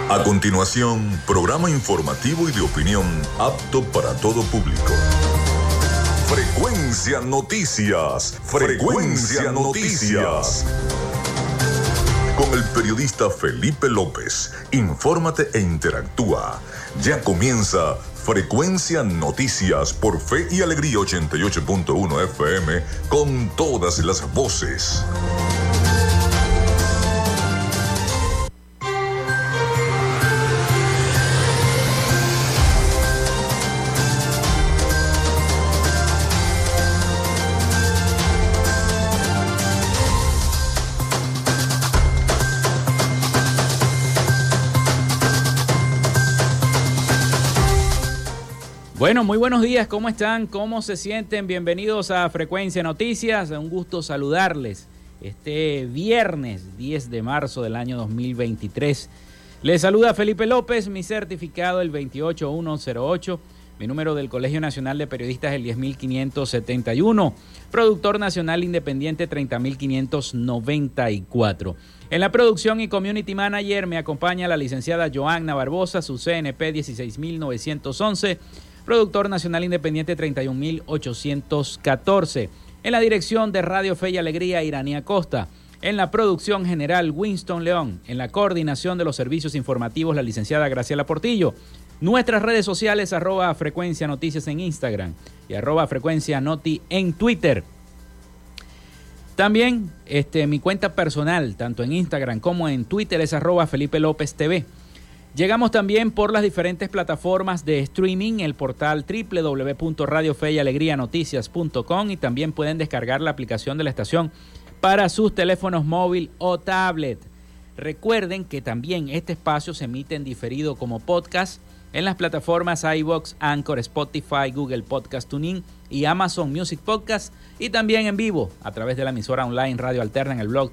A continuación, programa informativo y de opinión apto para todo público. Frecuencia Noticias. Frecuencia Noticias. Con el periodista Felipe López. Infórmate e interactúa. Ya comienza Frecuencia Noticias por Fe y Alegría 88.1 FM con todas las voces. Bueno, muy buenos días, ¿cómo están? ¿Cómo se sienten? Bienvenidos a Frecuencia Noticias, un gusto saludarles este viernes 10 de marzo del año 2023. Les saluda Felipe López, mi certificado el 28108, mi número del Colegio Nacional de Periodistas el 10571, productor nacional independiente 30594. En la producción y community manager me acompaña la licenciada Joanna Barbosa, su CNP 16911, productor nacional independiente 31814. En la dirección de Radio Fe y Alegría, Iranía Costa. En la producción general, Winston León. En la coordinación de los servicios informativos, la licenciada Graciela Portillo. Nuestras redes sociales, @Frecuencia Noticias en Instagram y @Frecuencia Noti en Twitter. También mi cuenta personal, tanto en Instagram como en Twitter, es @Felipe López TV. Llegamos también por las diferentes plataformas de streaming, el portal www.radiofeyalegrianoticias.com, y también pueden descargar la aplicación de la estación para sus teléfonos móvil o tablet. Recuerden que también este espacio se emite en diferido como podcast en las plataformas iVoox, Anchor, Spotify, Google Podcast, TuneIn y Amazon Music Podcast, y también en vivo a través de la emisora online Radio Alterna en el blog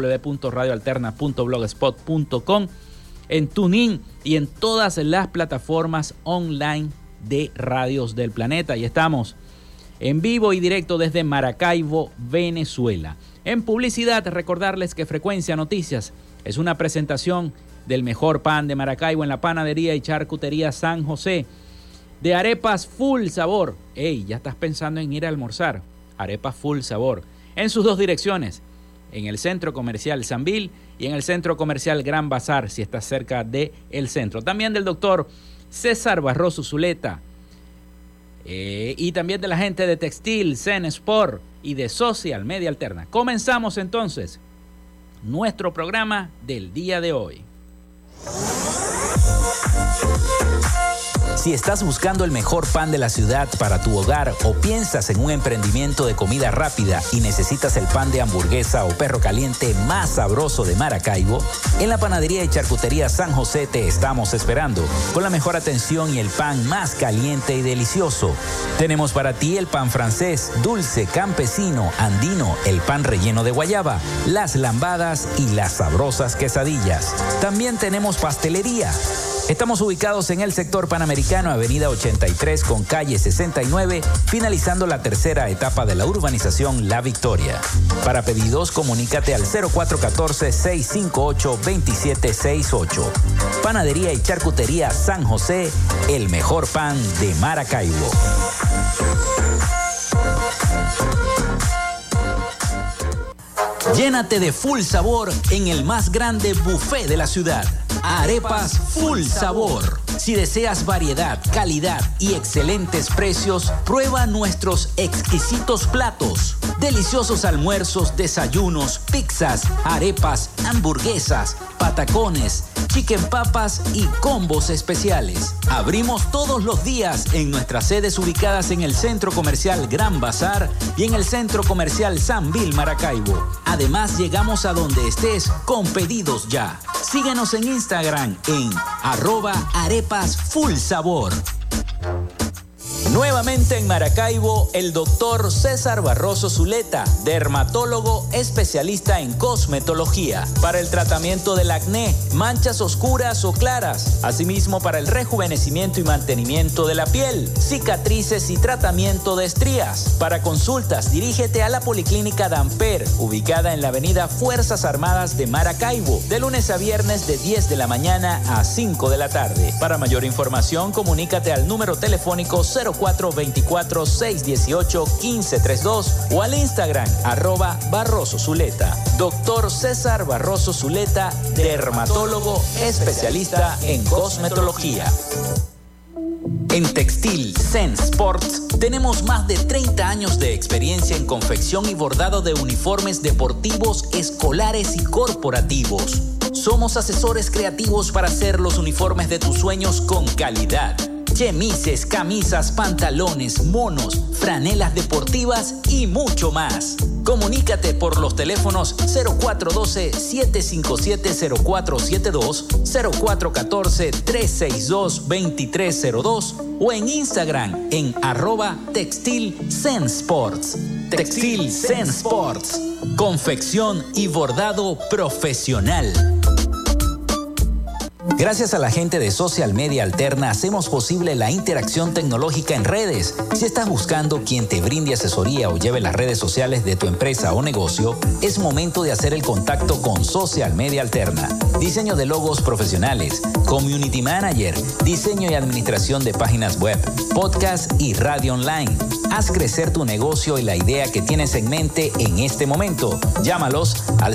www.radioalterna.blogspot.com, en TuneIn y en todas las plataformas online de radios del planeta. Y estamos en vivo y directo desde Maracaibo, Venezuela. En publicidad, recordarles que Frecuencia Noticias es una presentación del mejor pan de Maracaibo en la panadería y charcutería San José, de arepas full sabor. Ey, ¿ya estás pensando en ir a almorzar? Arepas full sabor, en sus dos direcciones, en el Centro Comercial Sambil y en el Centro Comercial Gran Bazar, si estás cerca del centro. También del doctor César Barroso Zuleta, y también de la gente de Textil, Zen Sport y de Social Media Alterna. Comenzamos entonces nuestro programa del día de hoy. Si estás buscando el mejor pan de la ciudad para tu hogar o piensas en un emprendimiento de comida rápida y necesitas el pan de hamburguesa o perro caliente más sabroso de Maracaibo, en la panadería y charcutería San José te estamos esperando, con la mejor atención y el pan más caliente y delicioso. Tenemos para ti el pan francés, dulce, campesino, andino, el pan relleno de guayaba, las lambadas y las sabrosas quesadillas. También tenemos pastelería. Estamos ubicados en el sector Panamericano, avenida 83 con calle 69, finalizando la tercera etapa de la urbanización La Victoria. Para pedidos, comunícate al 0414-658-2768. Panadería y charcutería San José, el mejor pan de Maracaibo. Llénate de full sabor en el más grande buffet de la ciudad. Arepas Full Sabor. Si deseas variedad, calidad y excelentes precios, prueba nuestros exquisitos platos. Deliciosos almuerzos, desayunos, pizzas, arepas, hamburguesas, patacones, chicken papas y combos especiales. Abrimos todos los días en nuestras sedes ubicadas en el Centro Comercial Gran Bazar y en el Centro Comercial Sambil Maracaibo. Además, llegamos a donde estés con pedidos ya. Síguenos en Instagram en @arepasfullsabor. Nuevamente en Maracaibo, el doctor César Barroso Zuleta, dermatólogo especialista en cosmetología, para el tratamiento del acné, manchas oscuras o claras, asimismo para el rejuvenecimiento y mantenimiento de la piel, cicatrices y tratamiento de estrías. Para consultas, dirígete a la Policlínica Damper, ubicada en la avenida Fuerzas Armadas de Maracaibo, de lunes a viernes de 10 de la mañana a 5 de la tarde. Para mayor información, comunícate al número telefónico 0424-618-1532 o al Instagram @Barroso Zuleta. Doctor César Barroso Zuleta, dermatólogo especialista en cosmetología. En Textil Sense Sports tenemos más de 30 años de experiencia en confección y bordado de uniformes deportivos, escolares y corporativos. Somos asesores creativos para hacer los uniformes de tus sueños con calidad. Chemises, camisas, pantalones, monos, franelas deportivas y mucho más. Comunícate por los teléfonos 0412-757-0472, 0414-362-2302 o en Instagram en @TextilSenseSports. Textil Sense Sports, confección y bordado profesional. Gracias a la gente de Social Media Alterna hacemos posible la interacción tecnológica en redes. Si estás buscando quien te brinde asesoría o lleve las redes sociales de tu empresa o negocio, es momento de hacer el contacto con Social Media Alterna. Diseño de logos profesionales, community manager, diseño y administración de páginas web, podcast y radio online. Haz crecer tu negocio y la idea que tienes en mente en este momento. Llámalos al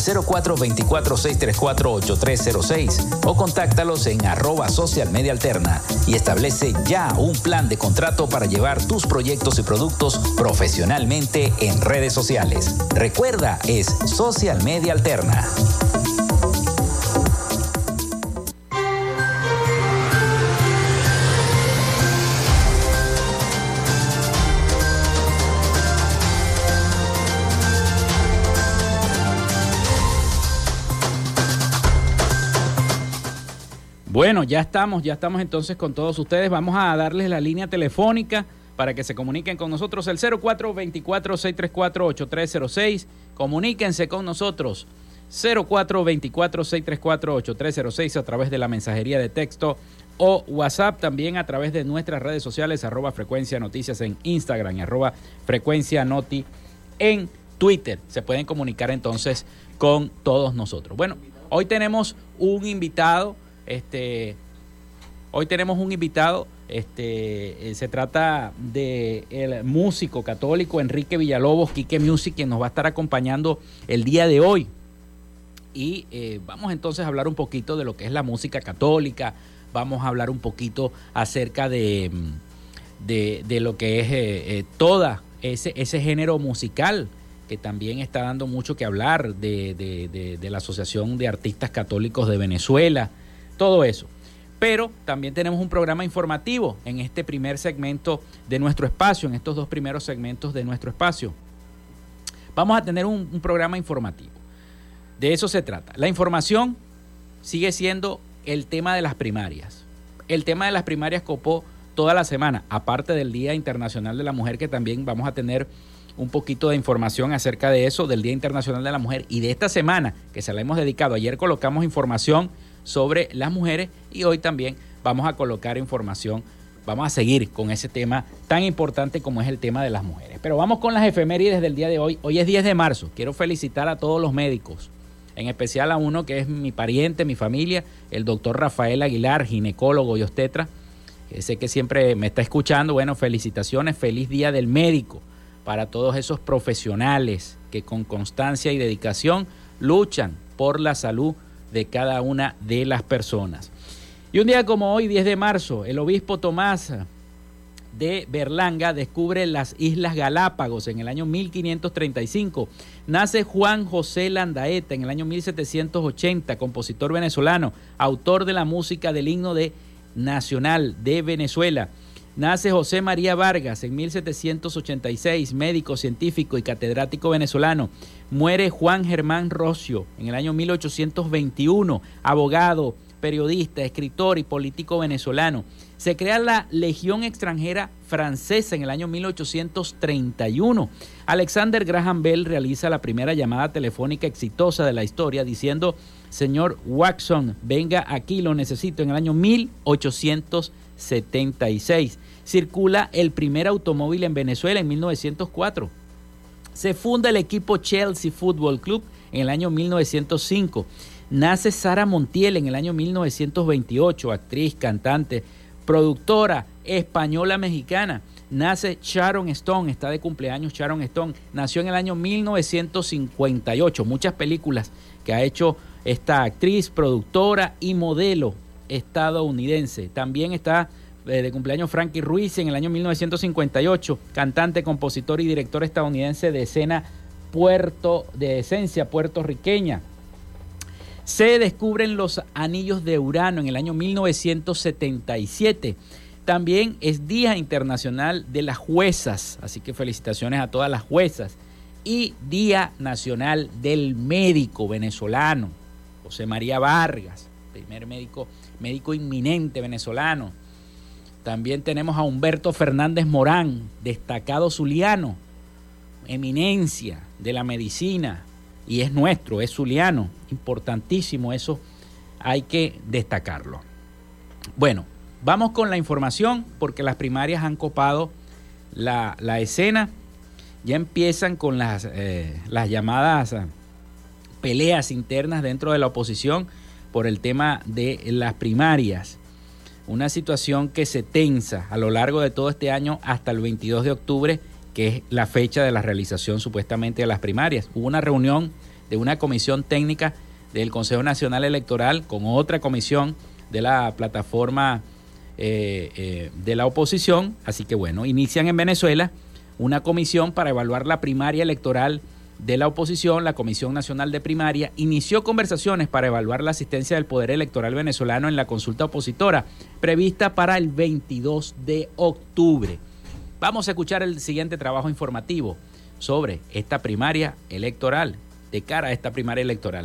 0424-634-8306 o contáctalos en @socialmediaalterna y establece ya un plan de contrato para llevar tus proyectos y productos profesionalmente en redes sociales. Recuerda, es Social Media Alterna. Bueno, ya estamos entonces con todos ustedes. Vamos a darles la línea telefónica para que se comuniquen con nosotros, el 0424-634-8306. Comuníquense con nosotros, 0424-634-8306 a través de la mensajería de texto o WhatsApp, también a través de nuestras redes sociales, @Frecuencia Noticias en Instagram y @Frecuencia Noti en Twitter. Se pueden comunicar entonces con todos nosotros. Bueno, hoy tenemos un invitado. Se trata de el músico católico Enrique Villalobos, Quique Music, quien nos va a estar acompañando el día de hoy. Y vamos entonces a hablar un poquito de lo que es la música católica. Vamos a hablar un poquito acerca de lo que es toda ese género musical que también está dando mucho que hablar, de la Asociación de Artistas Católicos de Venezuela. Todo eso. Pero también tenemos un programa informativo en este primer segmento de nuestro espacio, en estos dos primeros segmentos de nuestro espacio. Vamos a tener un programa informativo. De eso se trata. La información sigue siendo el tema de las primarias. El tema de las primarias copó toda la semana, aparte del Día Internacional de la Mujer, que también vamos a tener un poquito de información acerca de eso, del Día Internacional de la Mujer y de esta semana que se la hemos dedicado. Ayer colocamos información sobre las mujeres y hoy también vamos a colocar información, vamos a seguir con ese tema tan importante como es el tema de las mujeres. Pero vamos con las efemérides del día de hoy. Hoy es 10 de marzo. Quiero felicitar a todos los médicos, en especial a uno que es mi pariente, mi familia, el doctor Rafael Aguilar, ginecólogo y obstetra. Sé que siempre me está escuchando. Bueno, felicitaciones, feliz Día del Médico para todos esos profesionales que con constancia y dedicación luchan por la salud de cada una de las personas. Y un día como hoy, 10 de marzo, el obispo Tomás de Berlanga descubre las Islas Galápagos en el año 1535. Nace Juan José Landaeta en el año 1780, compositor venezolano, autor de la música del himno nacional de Venezuela. Nace José María Vargas en 1786, médico, científico y catedrático venezolano. Muere Juan Germán Rocio en el año 1821, abogado, periodista, escritor y político venezolano. Se crea la Legión Extranjera Francesa en el año 1831. Alexander Graham Bell realiza la primera llamada telefónica exitosa de la historia diciendo: señor Watson, venga aquí, lo necesito, en el año 1876. Circula el primer automóvil en Venezuela en 1904. Se funda el equipo Chelsea Football Club en el año 1905. Nace Sara Montiel en el año 1928, actriz, cantante, productora española mexicana. Nace Sharon Stone, está de cumpleaños Sharon Stone. Nació en el año 1958. Muchas películas que ha hecho esta actriz, productora y modelo estadounidense. También está de cumpleaños Frankie Ruiz en el año 1958, cantante, compositor y director estadounidense de esencia puertorriqueña. Se descubren los anillos de Urano en el año 1977. También es Día Internacional de las Juezas, así que felicitaciones a todas las juezas. Y Día Nacional del Médico venezolano, José María Vargas, primer médico inminente venezolano. También tenemos a Humberto Fernández Morán, destacado zuliano, eminencia de la medicina, y es nuestro, es zuliano, importantísimo, eso hay que destacarlo. Bueno, vamos con la información porque las primarias han copado la escena. Ya empiezan con las llamadas peleas internas dentro de la oposición por el tema de las primarias. Una situación que se tensa a lo largo de todo este año hasta el 22 de octubre, que es la fecha de la realización supuestamente de las primarias. Hubo una reunión de una comisión técnica del Consejo Nacional Electoral con otra comisión de la plataforma de la oposición. Así que bueno, inician en Venezuela una comisión para evaluar la primaria electoral de la oposición. La Comisión Nacional de Primaria inició conversaciones para evaluar la asistencia del Poder Electoral venezolano en la consulta opositora prevista para el 22 de octubre. Vamos a escuchar el siguiente trabajo informativo sobre esta primaria electoral, de cara a esta primaria electoral.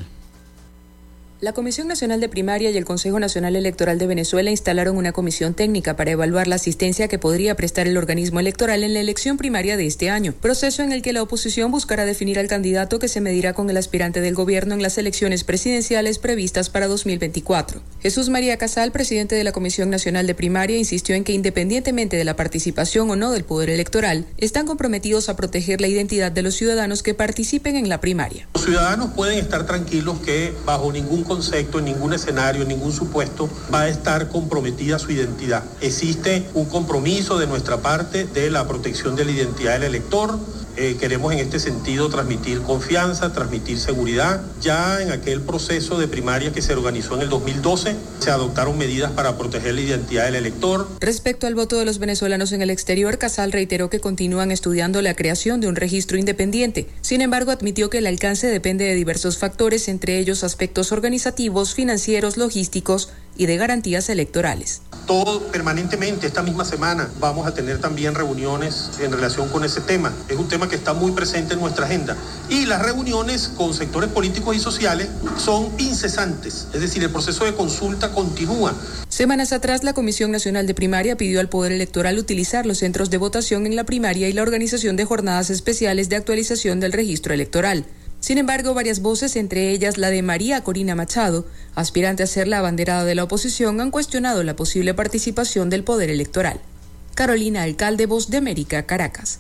La Comisión Nacional de Primaria y el Consejo Nacional Electoral de Venezuela instalaron una comisión técnica para evaluar la asistencia que podría prestar el organismo electoral en la elección primaria de este año, proceso en el que la oposición buscará definir al candidato que se medirá con el aspirante del gobierno en las elecciones presidenciales previstas para 2024. Jesús María Casal, presidente de la Comisión Nacional de Primaria, insistió en que independientemente de la participación o no del Poder Electoral, están comprometidos a proteger la identidad de los ciudadanos que participen en la primaria. Los ciudadanos pueden estar tranquilos que bajo ningún concepto, en ningún escenario, en ningún supuesto va a estar comprometida su identidad. Existe un compromiso de nuestra parte de la protección de la identidad del elector. Queremos en este sentido transmitir confianza, transmitir seguridad. Ya en aquel proceso de primaria que se organizó en el 2012, se adoptaron medidas para proteger la identidad del elector. Respecto al voto de los venezolanos en el exterior, Casal reiteró que continúan estudiando la creación de un registro independiente. Sin embargo, admitió que el alcance depende de diversos factores, entre ellos aspectos organizativos, financieros, logísticos y de garantías electorales. Todo permanentemente, esta misma semana, vamos a tener también reuniones en relación con ese tema. Es un tema que está muy presente en nuestra agenda. Y las reuniones con sectores políticos y sociales son incesantes, es decir, el proceso de consulta continúa. Semanas atrás, la Comisión Nacional de Primaria pidió al Poder Electoral utilizar los centros de votación en la primaria y la organización de jornadas especiales de actualización del registro electoral. Sin embargo, varias voces, entre ellas la de María Corina Machado, aspirante a ser la abanderada de la oposición, han cuestionado la posible participación del Poder Electoral. Carolina Alcalde, Voz de América, Caracas.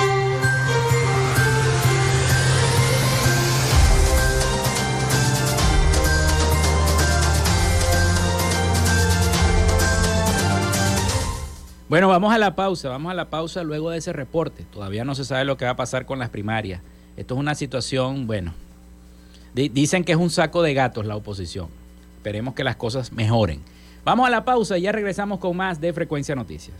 Bueno, vamos a la pausa luego de ese reporte. Todavía no se sabe lo que va a pasar con las primarias. Esto es una situación, bueno, dicen que es un saco de gatos la oposición. Esperemos que las cosas mejoren. Vamos a la pausa y ya regresamos con más de Frecuencia Noticias.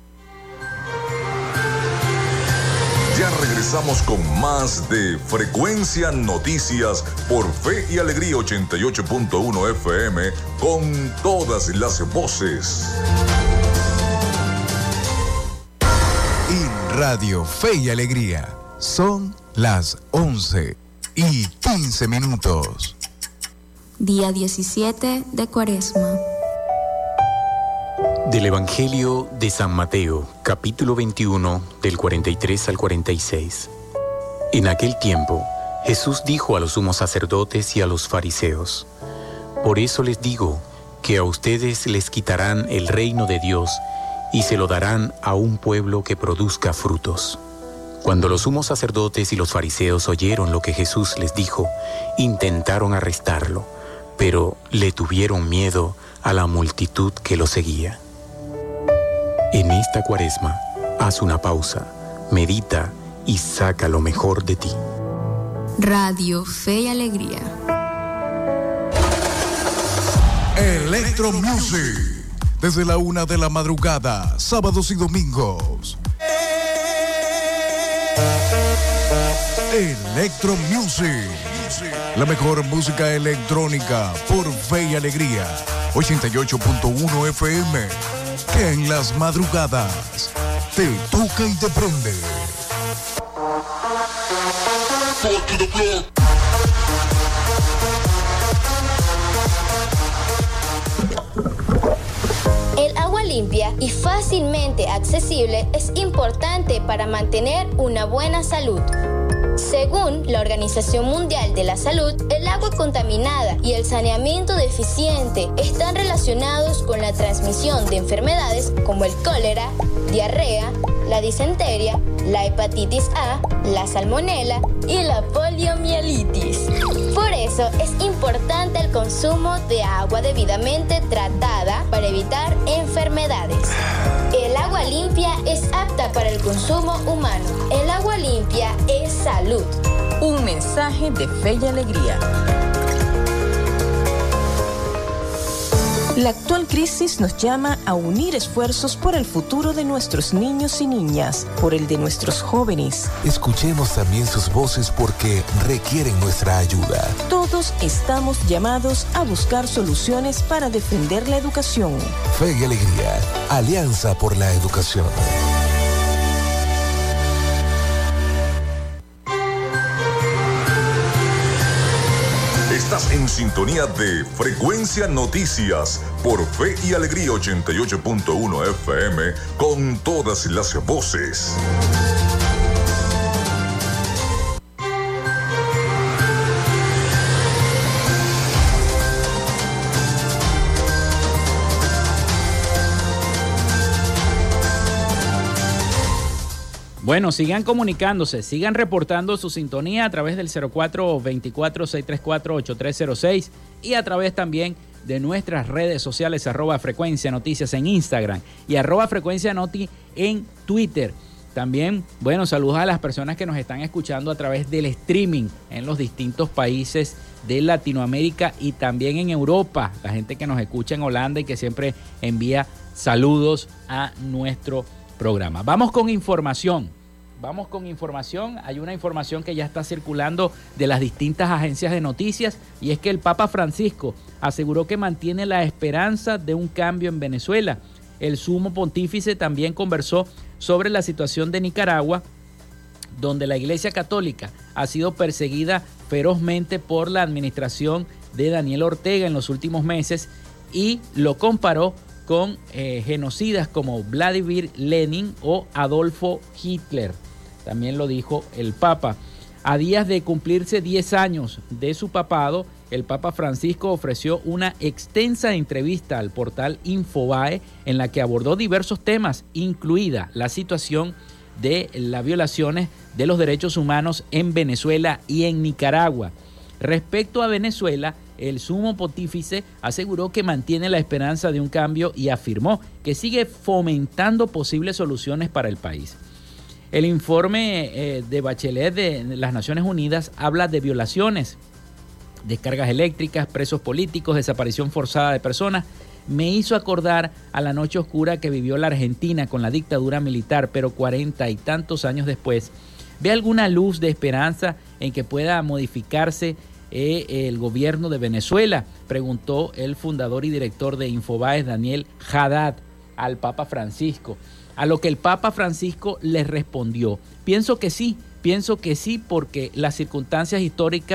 Ya regresamos con más de Frecuencia Noticias por Fe y Alegría 88.1 FM con todas las voces. En Radio Fe y Alegría son las 11:15. Día 17 de Cuaresma. Del Evangelio de San Mateo, capítulo 21, del 43 al 46. En aquel tiempo, Jesús dijo a los sumos sacerdotes y a los fariseos: Por eso les digo que a ustedes les quitarán el reino de Dios y se lo darán a un pueblo que produzca frutos. Cuando los sumos sacerdotes y los fariseos oyeron lo que Jesús les dijo, intentaron arrestarlo, pero le tuvieron miedo a la multitud que lo seguía. En esta Cuaresma, haz una pausa, medita y saca lo mejor de ti. Radio Fe y Alegría. Electro Music. Desde la 1 de la madrugada, sábados y domingos. Electro Music. La mejor música electrónica por Fe y Alegría. 88.1 FM. Que en las madrugadas te toca y te prende. El agua limpia y fácilmente accesible es importante para mantener una buena salud. Según la Organización Mundial de la Salud, el agua contaminada y el saneamiento deficiente están relacionados con la transmisión de enfermedades como el cólera, diarrea, la disentería, la hepatitis A, la salmonela y la poliomielitis. Por eso es importante el consumo de agua debidamente tratada para evitar enfermedades. El agua limpia es apta para el consumo humano. El agua limpia es salud. Un mensaje de Fe y Alegría. La actual crisis nos llama a unir esfuerzos por el futuro de nuestros niños y niñas, por el de nuestros jóvenes. Escuchemos también sus voces porque requieren nuestra ayuda. Todos estamos llamados a buscar soluciones para defender la educación. Fe y Alegría, Alianza por la Educación. Estás en sintonía de Frecuencia Noticias por Fe y Alegría 88.1 FM con todas las voces. Bueno, sigan comunicándose, sigan reportando su sintonía a través del 0424-634-8306 y a través también de nuestras redes sociales @Frecuencia Noticias en Instagram y @Frecuencia Noti en Twitter. También, bueno, saludos a las personas que nos están escuchando a través del streaming en los distintos países de Latinoamérica y también en Europa. La gente que nos escucha en Holanda y que siempre envía saludos a nuestro programa. Vamos con información. Hay una información que ya está circulando de las distintas agencias de noticias y es que el Papa Francisco aseguró que mantiene la esperanza de un cambio en Venezuela. El sumo pontífice también conversó sobre la situación de Nicaragua, donde la Iglesia Católica ha sido perseguida ferozmente por la administración de Daniel Ortega en los últimos meses y lo comparó con genocidas como Vladimir Lenin o Adolfo Hitler. También lo dijo el Papa. A días de cumplirse 10 años de su papado, el Papa Francisco ofreció una extensa entrevista al portal Infobae en la que abordó diversos temas, incluida la situación de las violaciones de los derechos humanos en Venezuela y en Nicaragua. Respecto a Venezuela, el sumo pontífice aseguró que mantiene la esperanza de un cambio y afirmó que sigue fomentando posibles soluciones para el país. El informe de Bachelet de las Naciones Unidas habla de violaciones, descargas eléctricas, presos políticos, desaparición forzada de personas. Me hizo acordar a la noche oscura que vivió la Argentina con la dictadura militar, pero 40 y tantos años después. ¿Ve alguna luz de esperanza en que pueda modificarse el gobierno de Venezuela? Preguntó el fundador y director de Infobae, Daniel Haddad, al Papa Francisco. A lo que el Papa Francisco les respondió: pienso que sí, porque las circunstancias históricas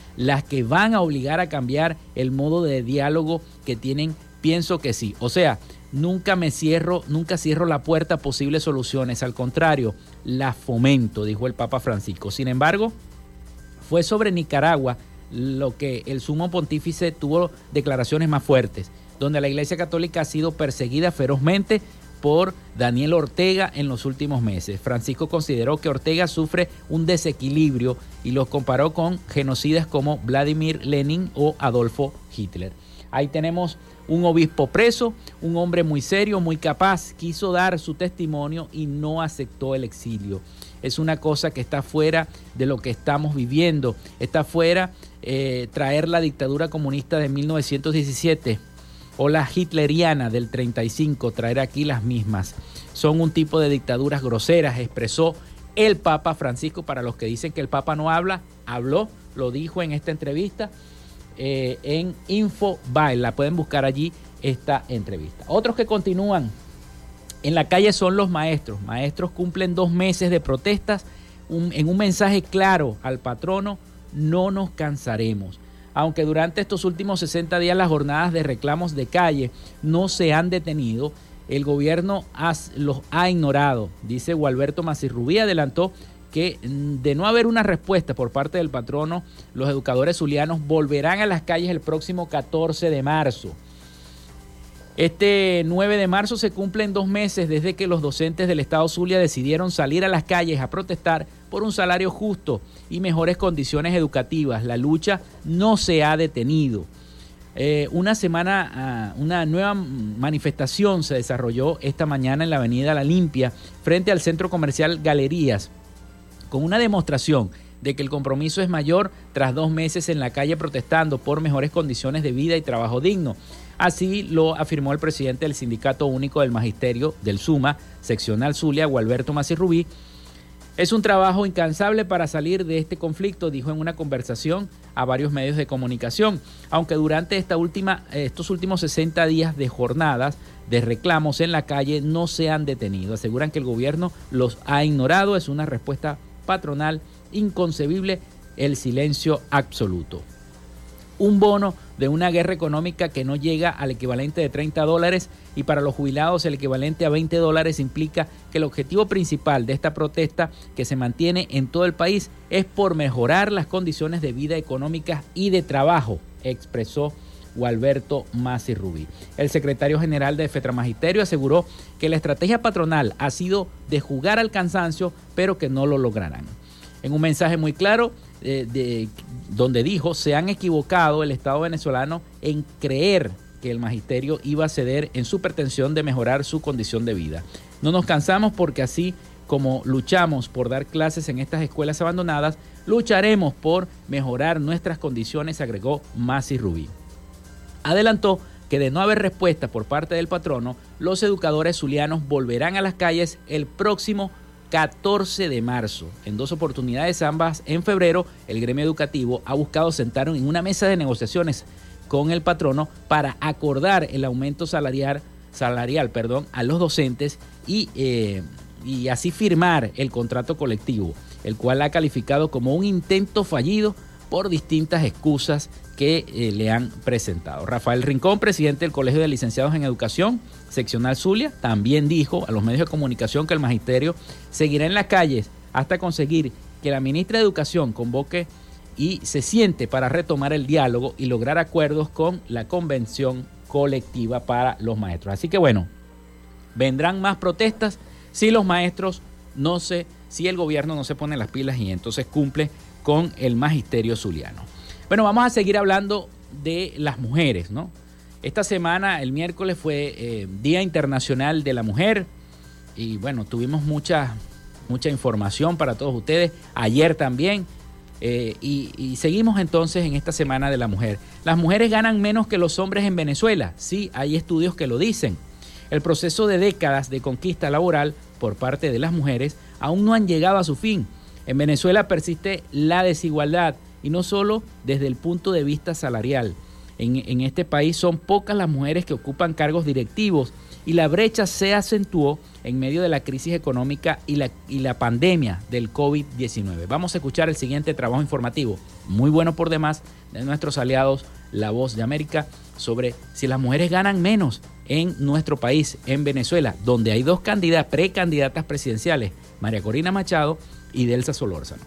las que van a obligar a cambiar el modo de diálogo que tienen? Pienso que sí. O sea, nunca cierro la puerta a posibles soluciones, al contrario, las fomento, dijo el Papa Francisco. Sin embargo, fue sobre Nicaragua lo que el sumo pontífice tuvo declaraciones más fuertes, donde la Iglesia Católica ha sido perseguida ferozmente por Daniel Ortega en los últimos meses. Francisco consideró que Ortega sufre un desequilibrio y los comparó con genocidas como Vladimir Lenin o Adolfo Hitler. Ahí tenemos un obispo preso, un hombre muy serio, muy capaz, quiso dar su testimonio y no aceptó el exilio. Es una cosa que está fuera de lo que estamos viviendo, está fuera traer la dictadura comunista de 1917 o la hitleriana del 35, traer aquí las mismas. Son un tipo de dictaduras groseras, expresó el Papa Francisco. Para los que dicen que el Papa no habla, habló, lo dijo en esta entrevista en Infobae. La pueden buscar allí esta entrevista. Otros que continúan en la calle son los maestros. Maestros cumplen 2 meses de protestas en un mensaje claro al patrono: no nos cansaremos. Aunque durante estos últimos 60 días las jornadas de reclamos de calle no se han detenido, el gobierno los ha ignorado. Dice Gualberto Masirrubí, adelantó que de no haber una respuesta por parte del patrono, los educadores zulianos volverán a las calles el próximo 14 de marzo. Este 9 de marzo se cumplen 2 meses desde que los docentes del Estado Zulia decidieron salir a las calles a protestar por un salario justo y mejores condiciones educativas. La lucha no se ha detenido. Una nueva manifestación se desarrolló esta mañana en la avenida La Limpia, frente al centro comercial Galerías, con una demostración de que el compromiso es mayor tras 2 meses en la calle protestando por mejores condiciones de vida y trabajo digno. Así lo afirmó el presidente del Sindicato Único del Magisterio del SUMA, seccional Zulia, Gualberto Masirrubí. Es un trabajo incansable para salir de este conflicto, dijo en una conversación a varios medios de comunicación, aunque durante estos últimos 60 días de jornadas de reclamos en la calle no se han detenido. Aseguran que el gobierno los ha ignorado. Es una respuesta patronal inconcebible, el silencio absoluto. Un bono de una guerra económica que no llega al equivalente de $30 y para los jubilados el equivalente a $20 implica que el objetivo principal de esta protesta, que se mantiene en todo el país, es por mejorar las condiciones de vida económicas y de trabajo, expresó Gualberto Masirrubí. El secretario general de FETRAMagisterio aseguró que la estrategia patronal ha sido de jugar al cansancio, pero que no lo lograrán. En un mensaje muy claro, donde dijo: se han equivocado el Estado venezolano en creer que el magisterio iba a ceder en su pretensión de mejorar su condición de vida. No nos cansamos porque así como luchamos por dar clases en estas escuelas abandonadas, lucharemos por mejorar nuestras condiciones, agregó Masirrubí. Adelantó que de no haber respuesta por parte del patrono, los educadores zulianos volverán a las calles el próximo 14 de marzo. En 2 oportunidades, ambas en febrero, el gremio educativo ha buscado sentar en una mesa de negociaciones con el patrono para acordar el aumento salarial a los docentes y así firmar el contrato colectivo, el cual ha calificado como un intento fallido por distintas excusas que le han presentado. Rafael Rincón, presidente del Colegio de Licenciados en Educación, seccional Zulia, también dijo a los medios de comunicación que el magisterio seguirá en las calles hasta conseguir que la ministra de Educación convoque y se siente para retomar el diálogo y lograr acuerdos con la convención colectiva para los maestros. Así que bueno, vendrán más protestas si los maestros si el gobierno no se pone las pilas y entonces cumple con el magisterio zuliano. Bueno, vamos a seguir hablando de las mujeres, ¿no? Esta semana, el miércoles, fue Día Internacional de la Mujer y bueno, tuvimos mucha información para todos ustedes. Ayer también y seguimos entonces en esta Semana de la Mujer. Las mujeres ganan menos que los hombres en Venezuela. Sí, hay estudios que lo dicen. El proceso de décadas de conquista laboral por parte de las mujeres aún no han llegado a su fin. En Venezuela persiste la desigualdad y no solo desde el punto de vista salarial. en este país son pocas las mujeres que ocupan cargos directivos y la brecha se acentuó en medio de la crisis económica y la pandemia del COVID-19. Vamos a escuchar el siguiente trabajo informativo, muy bueno por demás, de nuestros aliados La Voz de América, sobre si las mujeres ganan menos en nuestro país, en Venezuela, donde hay dos precandidatas presidenciales, María Corina Machado y Delsa Solórzano.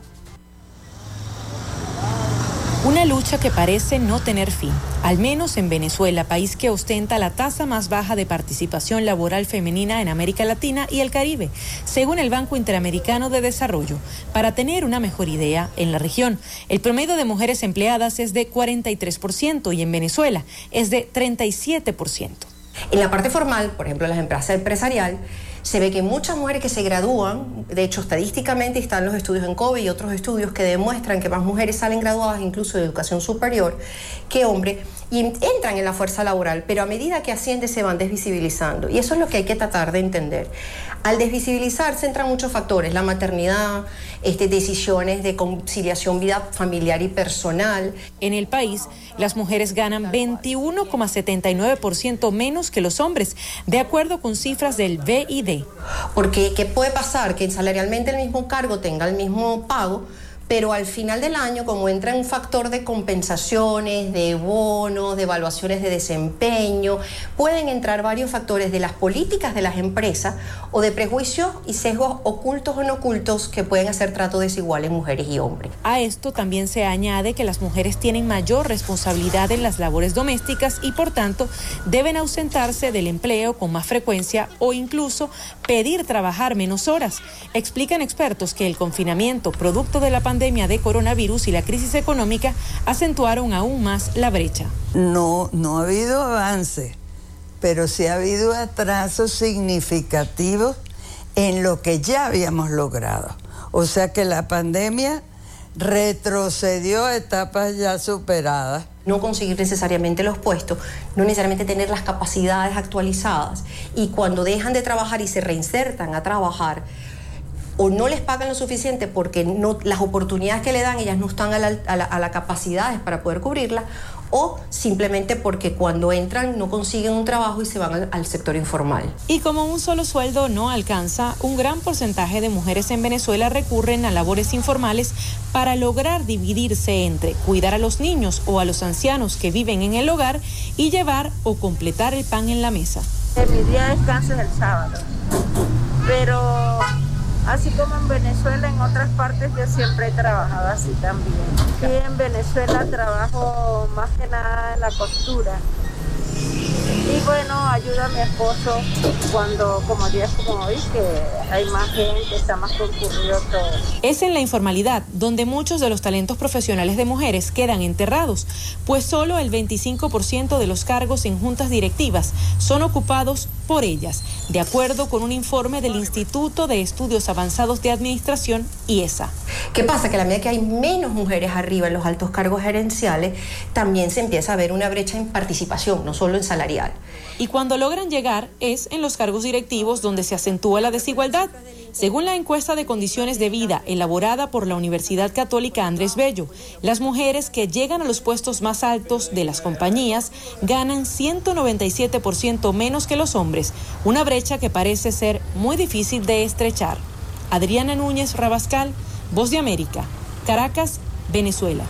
Una lucha que parece no tener fin, al menos en Venezuela, país que ostenta la tasa más baja de participación laboral femenina en América Latina y el Caribe, según el Banco Interamericano de Desarrollo. Para tener una mejor idea, en la región, el promedio de mujeres empleadas es de 43% y en Venezuela es de 37%. En la parte formal, por ejemplo, en las empresas empresariales, se ve que muchas mujeres que se gradúan, de hecho estadísticamente están los estudios en COVID y otros estudios que demuestran que más mujeres salen graduadas incluso de educación superior que hombres y entran en la fuerza laboral, pero a medida que ascienden se van desvisibilizando y eso es lo que hay que tratar de entender. Al desvisibilizarse entran muchos factores, la maternidad, decisiones de conciliación vida familiar y personal. En el país, las mujeres ganan 21,79% menos que los hombres, de acuerdo con cifras del BID. Porque, ¿qué puede pasar? Que salarialmente el mismo cargo tenga el mismo pago, pero al final del año, como entra en un factor de compensaciones, de bonos, de evaluaciones de desempeño, pueden entrar varios factores de las políticas de las empresas o de prejuicios y sesgos ocultos o no ocultos que pueden hacer trato desigual en mujeres y hombres. A esto también se añade que las mujeres tienen mayor responsabilidad en las labores domésticas y por tanto deben ausentarse del empleo con más frecuencia o incluso pedir trabajar menos horas. Explican expertos que el confinamiento producto de la pandemia de coronavirus y la crisis económica acentuaron aún más la brecha. No ha habido avance, pero sí ha habido atrasos significativos en lo que ya habíamos logrado. O sea que la pandemia retrocedió a etapas ya superadas. No conseguir necesariamente los puestos, no necesariamente tener las capacidades actualizadas y cuando dejan de trabajar y se reinsertan a trabajar, o no les pagan lo suficiente porque las oportunidades que le dan ellas no están a la capacidades para poder cubrirlas, o simplemente porque cuando entran no consiguen un trabajo y se van al sector informal. Y como un solo sueldo no alcanza, un gran porcentaje de mujeres en Venezuela recurren a labores informales para lograr dividirse entre cuidar a los niños o a los ancianos que viven en el hogar y llevar o completar el pan en la mesa. Mi día de descanso es el sábado, pero así como en Venezuela, en otras partes yo siempre he trabajado así también. Y en Venezuela trabajo más que nada en la costura. Y bueno, ayudo a mi esposo cuando, como días como hoy, que hay más gente, está más concurrido todo. Es en la informalidad donde muchos de los talentos profesionales de mujeres quedan enterrados, pues solo el 25% de los cargos en juntas directivas son ocupados por ellas, de acuerdo con un informe del Instituto de Estudios Avanzados de Administración, IESA. ¿Qué pasa? Que a la medida que hay menos mujeres arriba en los altos cargos gerenciales, también se empieza a ver una brecha en participación, no solo en salarial. Y cuando logran llegar es en los cargos directivos donde se acentúa la desigualdad. Según la encuesta de condiciones de vida elaborada por la Universidad Católica Andrés Bello, las mujeres que llegan a los puestos más altos de las compañías ganan 197% menos que los hombres, una brecha que parece ser muy difícil de estrechar. Adriana Núñez Rabascal, Voz de América, Caracas, Venezuela.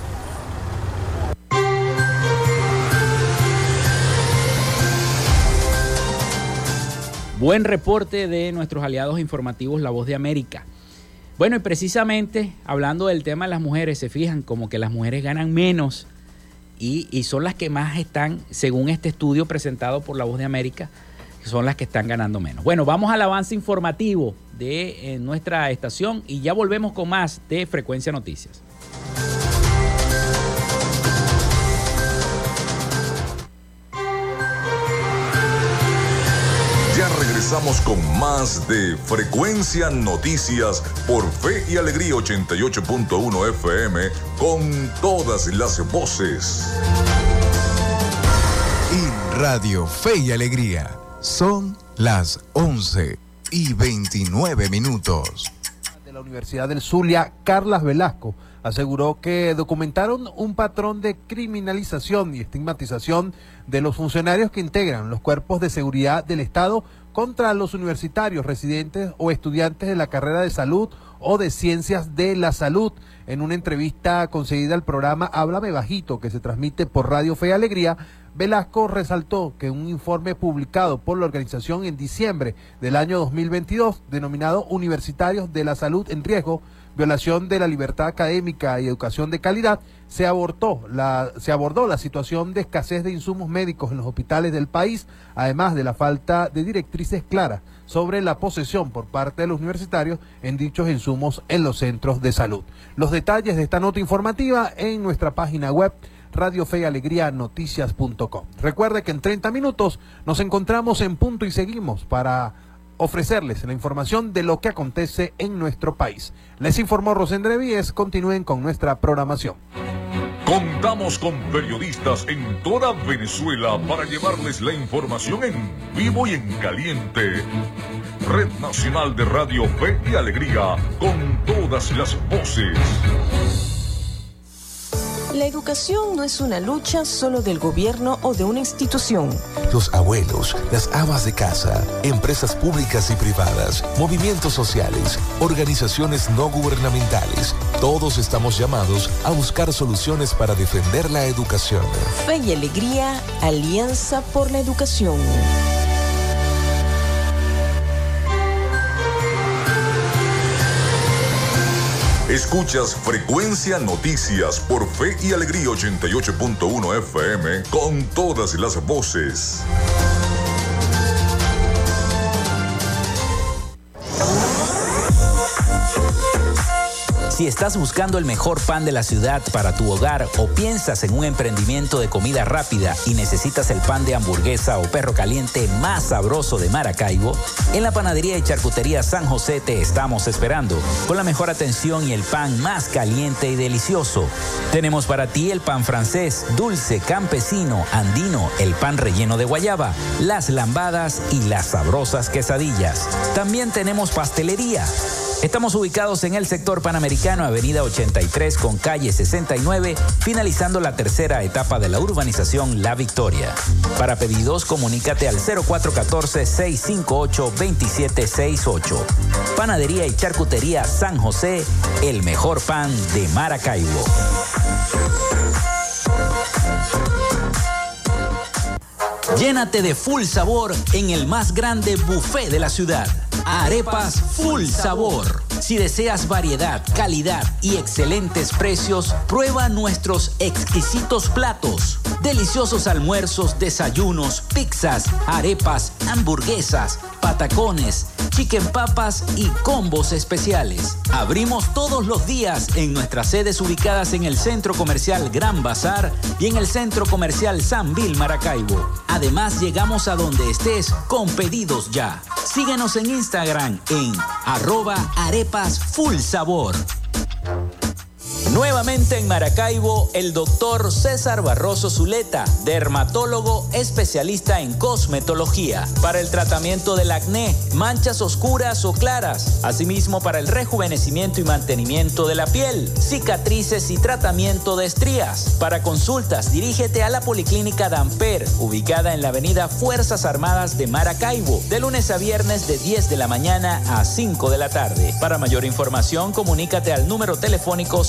Buen reporte de nuestros aliados informativos La Voz de América. Bueno, y precisamente hablando del tema de las mujeres, se fijan como que las mujeres ganan menos y son las que más están, según este estudio presentado por La Voz de América, son las que están ganando menos. Bueno, vamos al avance informativo de nuestra estación y ya volvemos con más de Frecuencia Noticias. Ya regresamos con más de Frecuencia Noticias por Fe y Alegría 88.1 FM con todas las voces. Y Radio Fe y Alegría son las 11:29. De la Universidad del Zulia, Carlas Velasco, aseguró que documentaron un patrón de criminalización y estigmatización de los funcionarios que integran los cuerpos de seguridad del Estado contra los universitarios, residentes o estudiantes de la carrera de salud o de ciencias de la salud. En una entrevista concedida al programa Háblame Bajito, que se transmite por Radio Fe y Alegría, Velasco resaltó que un informe publicado por la organización en diciembre del año 2022, denominado Universitarios de la Salud en Riesgo, violación de la libertad académica y educación de calidad, se abordó la situación de escasez de insumos médicos en los hospitales del país, además de la falta de directrices claras sobre la posesión por parte de los universitarios en dichos insumos en los centros de salud. Los detalles de esta nota informativa en nuestra página web Radio Fe y Alegría Noticias.com. Recuerde que en 30 minutos nos encontramos en Punto y Seguimos para ofrecerles la información de lo que acontece en nuestro país. Les informó Rosendre Víez. Continúen con nuestra programación. Contamos con periodistas en toda Venezuela para llevarles la información en vivo y en caliente. Red Nacional de Radio Fe y Alegría, con todas las voces. La educación no es una lucha solo del gobierno o de una institución. Los abuelos, las amas de casa, empresas públicas y privadas, movimientos sociales, organizaciones no gubernamentales, todos estamos llamados a buscar soluciones para defender la educación. Fe y Alegría, Alianza por la Educación. Escuchas Frecuencia Noticias por Fe y Alegría 88.1 FM con todas las voces. Si estás buscando el mejor pan de la ciudad para tu hogar o piensas en un emprendimiento de comida rápida y necesitas el pan de hamburguesa o perro caliente más sabroso de Maracaibo, en la panadería y charcutería San José te estamos esperando, con la mejor atención y el pan más caliente y delicioso. Tenemos para ti el pan francés, dulce, campesino, andino, el pan relleno de guayaba, las lambadas y las sabrosas quesadillas. También tenemos pastelería. Estamos ubicados en el sector Panamericano, avenida 83 con calle 69, finalizando la tercera etapa de la urbanización La Victoria. Para pedidos, comunícate al 0414-658-2768. Panadería y charcutería San José, el mejor pan de Maracaibo. Llénate de full sabor en el más grande buffet de la ciudad. Arepas Full Sabor. Si deseas variedad, calidad y excelentes precios, prueba nuestros exquisitos platos. Deliciosos almuerzos, desayunos, pizzas, arepas, hamburguesas, patacones, chicken papas y combos especiales. Abrimos todos los días en nuestras sedes ubicadas en el Centro Comercial Gran Bazar y en el Centro Comercial San Vil Maracaibo. Además, llegamos a donde estés con pedidos ya. Síguenos en Instagram en @arepasfullsabor. Nuevamente en Maracaibo, el doctor César Barroso Zuleta, dermatólogo especialista en cosmetología, para el tratamiento del acné, manchas oscuras o claras, asimismo para el rejuvenecimiento y mantenimiento de la piel, cicatrices y tratamiento de estrías. Para consultas, dirígete a la Policlínica Damper, ubicada en la avenida Fuerzas Armadas de Maracaibo, de lunes a viernes de 10 de la mañana a 5 de la tarde. Para mayor información, comunícate al número telefónico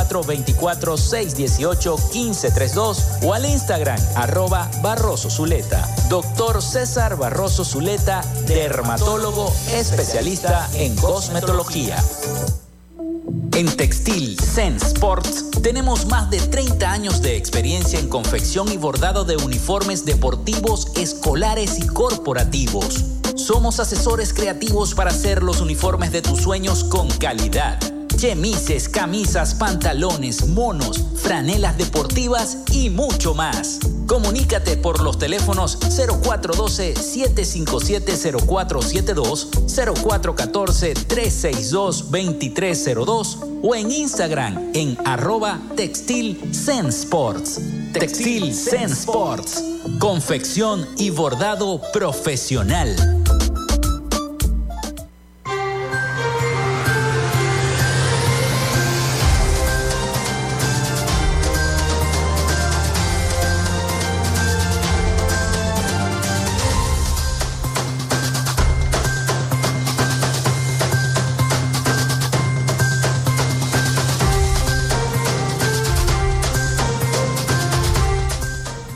0424-618-1532 o al Instagram @Barroso Zuleta. Doctor César Barroso Zuleta, dermatólogo especialista en cosmetología. En Textil Zen Sports tenemos más de 30 años de experiencia en confección y bordado de uniformes deportivos, escolares y corporativos. Somos asesores creativos para hacer los uniformes de tus sueños con calidad. Chemises, camisas, pantalones, monos, franelas deportivas y mucho más. Comunícate por los teléfonos 0412-757-0472, 0414-362-2302 o en Instagram en @TextilZenSports. Textil Zen Sports. Confección y bordado profesional.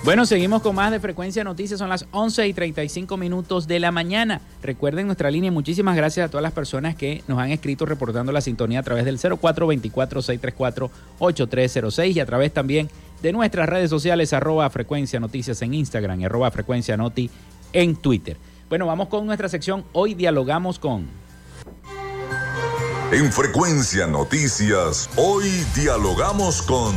Bueno, seguimos con más de Frecuencia Noticias. Son las 11:35 de la mañana. Recuerden nuestra línea. Muchísimas gracias a todas las personas que nos han escrito reportando la sintonía a través del 0424-634-8306 y a través también de nuestras redes sociales, @Frecuencia Noticias en Instagram y @Frecuencia Noti en Twitter. Bueno, vamos con nuestra sección. Hoy dialogamos con... En Frecuencia Noticias, hoy dialogamos con...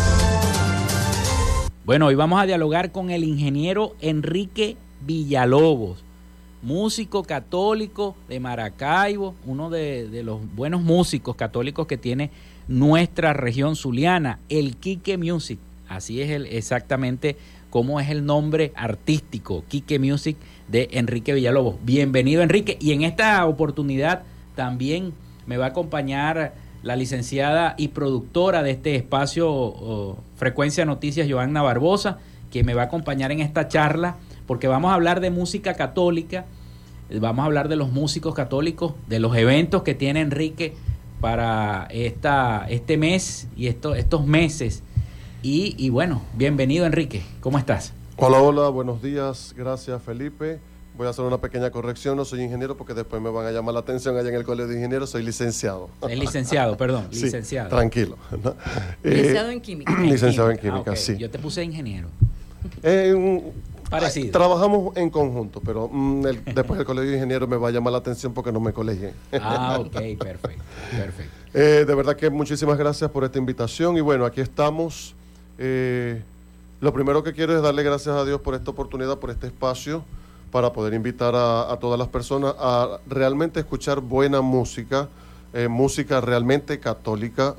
Bueno, hoy vamos a dialogar con el ingeniero Enrique Villalobos, músico católico de Maracaibo, uno de los buenos músicos católicos que tiene nuestra región zuliana, el Quique Music. Así es exactamente cómo es el nombre artístico, Quique Music, de Enrique Villalobos. Bienvenido, Enrique. Y en esta oportunidad también me va a acompañar la licenciada y productora de este espacio Frecuencia Noticias, Joanna Barbosa, que me va a acompañar en esta charla, porque vamos a hablar de música católica, vamos a hablar de los músicos católicos, de los eventos que tiene Enrique para este mes y estos meses. Y bueno, bienvenido, Enrique, ¿cómo estás? Hola, buenos días, gracias, Felipe. Voy a hacer una pequeña corrección, no soy ingeniero porque después me van a llamar la atención allá en el colegio de ingenieros, soy licenciado. Es licenciado, perdón, sí, licenciado. Tranquilo. ¿No? Licenciado en química. Licenciado en química, okay. Sí. Yo te puse ingeniero. Parecido. Trabajamos en conjunto, pero después el colegio de ingenieros me va a llamar la atención porque no me colegié. Ok, perfecto. De verdad que muchísimas gracias por esta invitación y bueno, aquí estamos. Lo primero que quiero es darle gracias a Dios por esta oportunidad, por este espacio, para poder invitar a todas las personas a realmente escuchar buena música, música realmente católica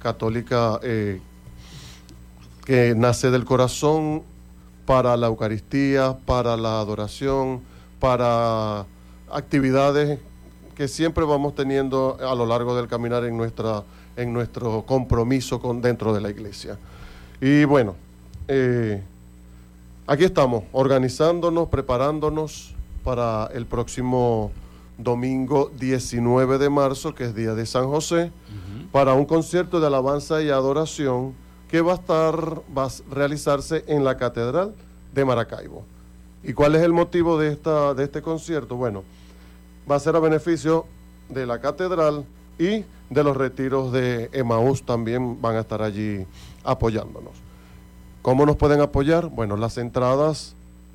que nace del corazón para la Eucaristía, para la adoración, para actividades que siempre vamos teniendo a lo largo del caminar en nuestro compromiso dentro de la iglesia. Y bueno, aquí estamos, organizándonos, preparándonos para el próximo domingo 19 de marzo, que es Día de San José, para un concierto de alabanza y adoración que va a realizarse en la Catedral de Maracaibo. ¿Y cuál es el motivo de este concierto? Bueno, va a ser a beneficio de la Catedral y de los retiros de Emaús, también van a estar allí apoyándonos. ¿Cómo nos pueden apoyar? Bueno, las entradas,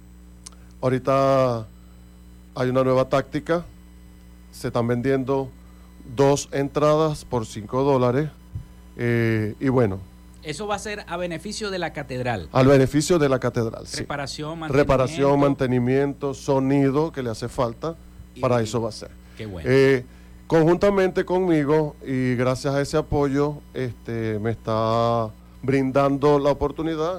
ahorita hay una nueva táctica, se están vendiendo 2 entradas por $5, y bueno. Eso va a ser a beneficio de la catedral. Al beneficio de la catedral, Reparación, mantenimiento, sonido que le hace falta, para eso va a ser. Qué bueno. Conjuntamente conmigo, y gracias a ese apoyo, me está brindando la oportunidad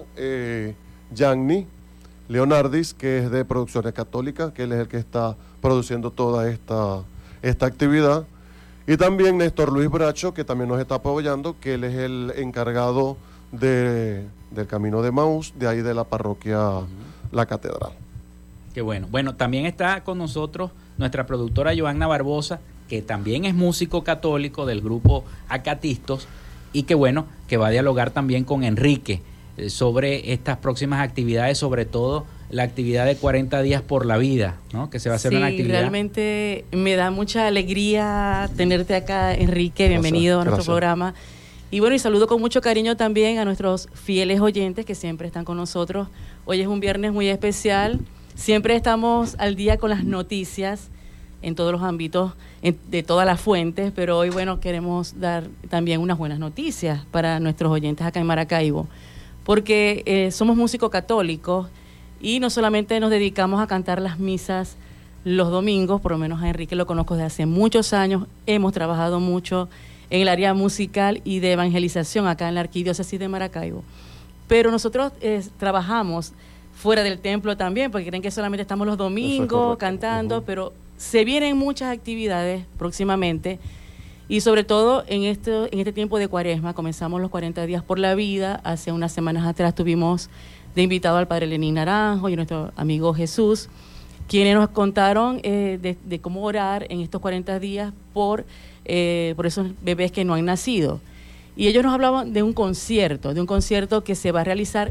Gianni Leonardis, que es de Producciones Católicas, que él es el que está produciendo toda esta actividad, y también Néstor Luis Bracho, que también nos está apoyando, que él es el encargado del Camino de Emaús, de ahí de la parroquia La Catedral. Qué bueno. Bueno, también está con nosotros nuestra productora Joanna Barbosa, que también es músico católico del grupo Acatistos, y que bueno, que va a dialogar también con Enrique sobre estas próximas actividades, sobre todo la actividad de 40 días por la vida, ¿no? Que se va a hacer una actividad. Realmente me da mucha alegría tenerte acá, Enrique, bienvenido a nuestro programa. Y bueno, y saludo con mucho cariño también a nuestros fieles oyentes que siempre están con nosotros. Hoy es un viernes muy especial, siempre estamos al día con las noticias en todos los ámbitos, de todas las fuentes, pero hoy, bueno, queremos dar también unas buenas noticias para nuestros oyentes acá en Maracaibo, porque somos músicos católicos y no solamente nos dedicamos a cantar las misas los domingos, por lo menos a Enrique lo conozco desde hace muchos años, hemos trabajado mucho en el área musical y de evangelización acá en la Arquidiócesis de Maracaibo, pero trabajamos fuera del templo también, porque creen que solamente estamos los domingos cantando, pero se vienen muchas actividades próximamente, y sobre todo en este tiempo de Cuaresma. Comenzamos los 40 días por la vida. Hace unas semanas atrás tuvimos de invitado al padre Lenín Naranjo y a nuestro amigo Jesús, quienes nos contaron de cómo orar en estos 40 días por esos bebés que no han nacido. Y ellos nos hablaban de un concierto que se va a realizar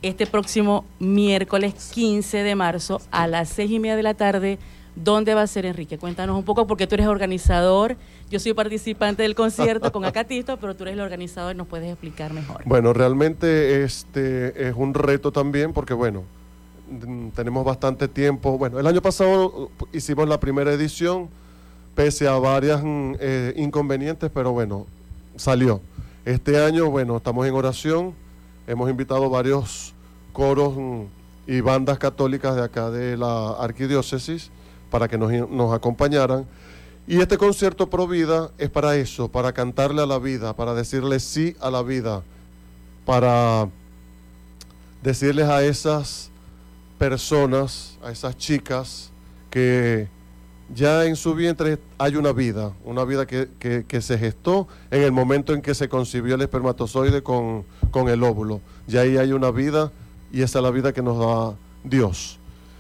este próximo miércoles 15 de marzo a las 6:30 de la tarde. ¿Dónde va a ser, Enrique? Cuéntanos un poco, porque tú eres organizador. Yo soy participante del concierto con Acatisto, pero tú eres el organizador y nos puedes explicar mejor. Bueno, realmente es un reto también porque, bueno, tenemos bastante tiempo. Bueno, el año pasado hicimos la primera edición, pese a varias inconvenientes, pero bueno, salió. Este año, bueno, estamos en oración. Hemos invitado varios coros y bandas católicas de acá de la arquidiócesis para que nos acompañaran. Y este concierto Pro Vida es para eso, para cantarle a la vida, para decirle sí a la vida, para decirles a esas personas, a esas chicas, que ya en su vientre hay una vida que se gestó en el momento en que se concibió el espermatozoide con el óvulo. Ya ahí hay una vida, y esa es la vida que nos da Dios.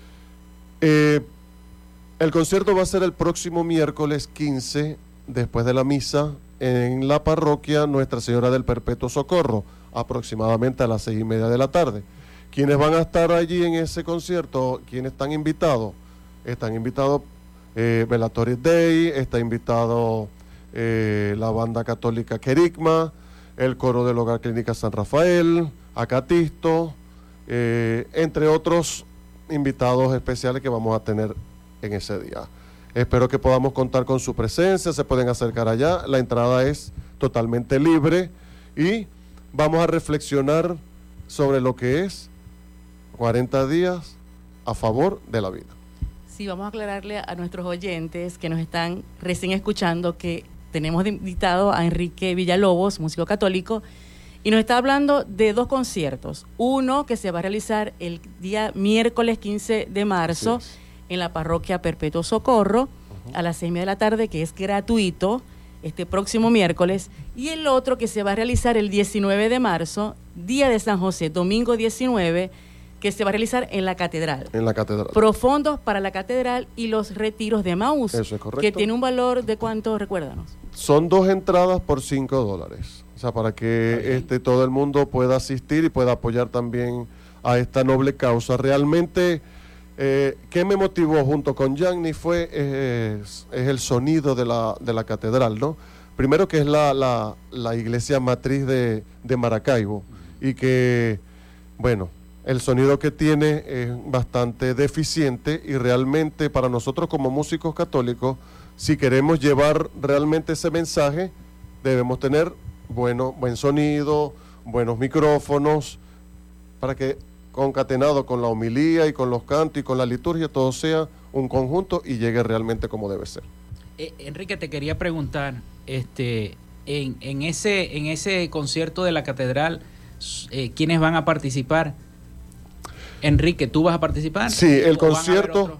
El concierto va a ser el próximo miércoles 15, después de la misa, en la parroquia Nuestra Señora del Perpetuo Socorro, aproximadamente a las 6:30 de la tarde. ¿Quiénes van a estar allí en ese concierto? ¿Quiénes están invitados? Están invitados Velatoris Dei, está invitado la banda católica Querigma, el coro del Hogar Clínica San Rafael, Acatisto, entre otros invitados especiales que vamos a tener en ese día. Espero que podamos contar con su presencia, se pueden acercar allá, la entrada es totalmente libre y vamos a reflexionar sobre lo que es 40 días a favor de la vida. Sí, vamos a aclararle a nuestros oyentes que nos están recién escuchando que tenemos de invitado a Enrique Villalobos, músico católico, y nos está hablando de 2 conciertos. Uno que se va a realizar el día miércoles 15 de marzo en la parroquia Perpetuo Socorro, a las 6:30 de la tarde, que es gratuito, este próximo miércoles, y el otro que se va a realizar el 19 de marzo, día de San José, domingo 19, que se va a realizar en la catedral. En la catedral. Profondos para la catedral y los retiros de Maús. Eso es correcto. Que tiene un valor de ¿cuánto? Recuérdanos. Son 2 entradas por $5. O sea, para que todo el mundo pueda asistir y pueda apoyar también a esta noble causa. Realmente, ¿qué me motivó junto con Yanni? Es el sonido de la catedral, ¿no? Primero, que es la iglesia matriz de Maracaibo, y que, bueno, el sonido que tiene es bastante deficiente, y realmente para nosotros como músicos católicos, si queremos llevar realmente ese mensaje, debemos tener buen sonido, buenos micrófonos, para que concatenado con la homilía y con los cantos y con la liturgia, todo sea un conjunto y llegue realmente como debe ser. Enrique, te quería preguntar, en ese concierto de la catedral, ¿quiénes van a participar? Enrique, ¿tú vas a participar? Sí, el concierto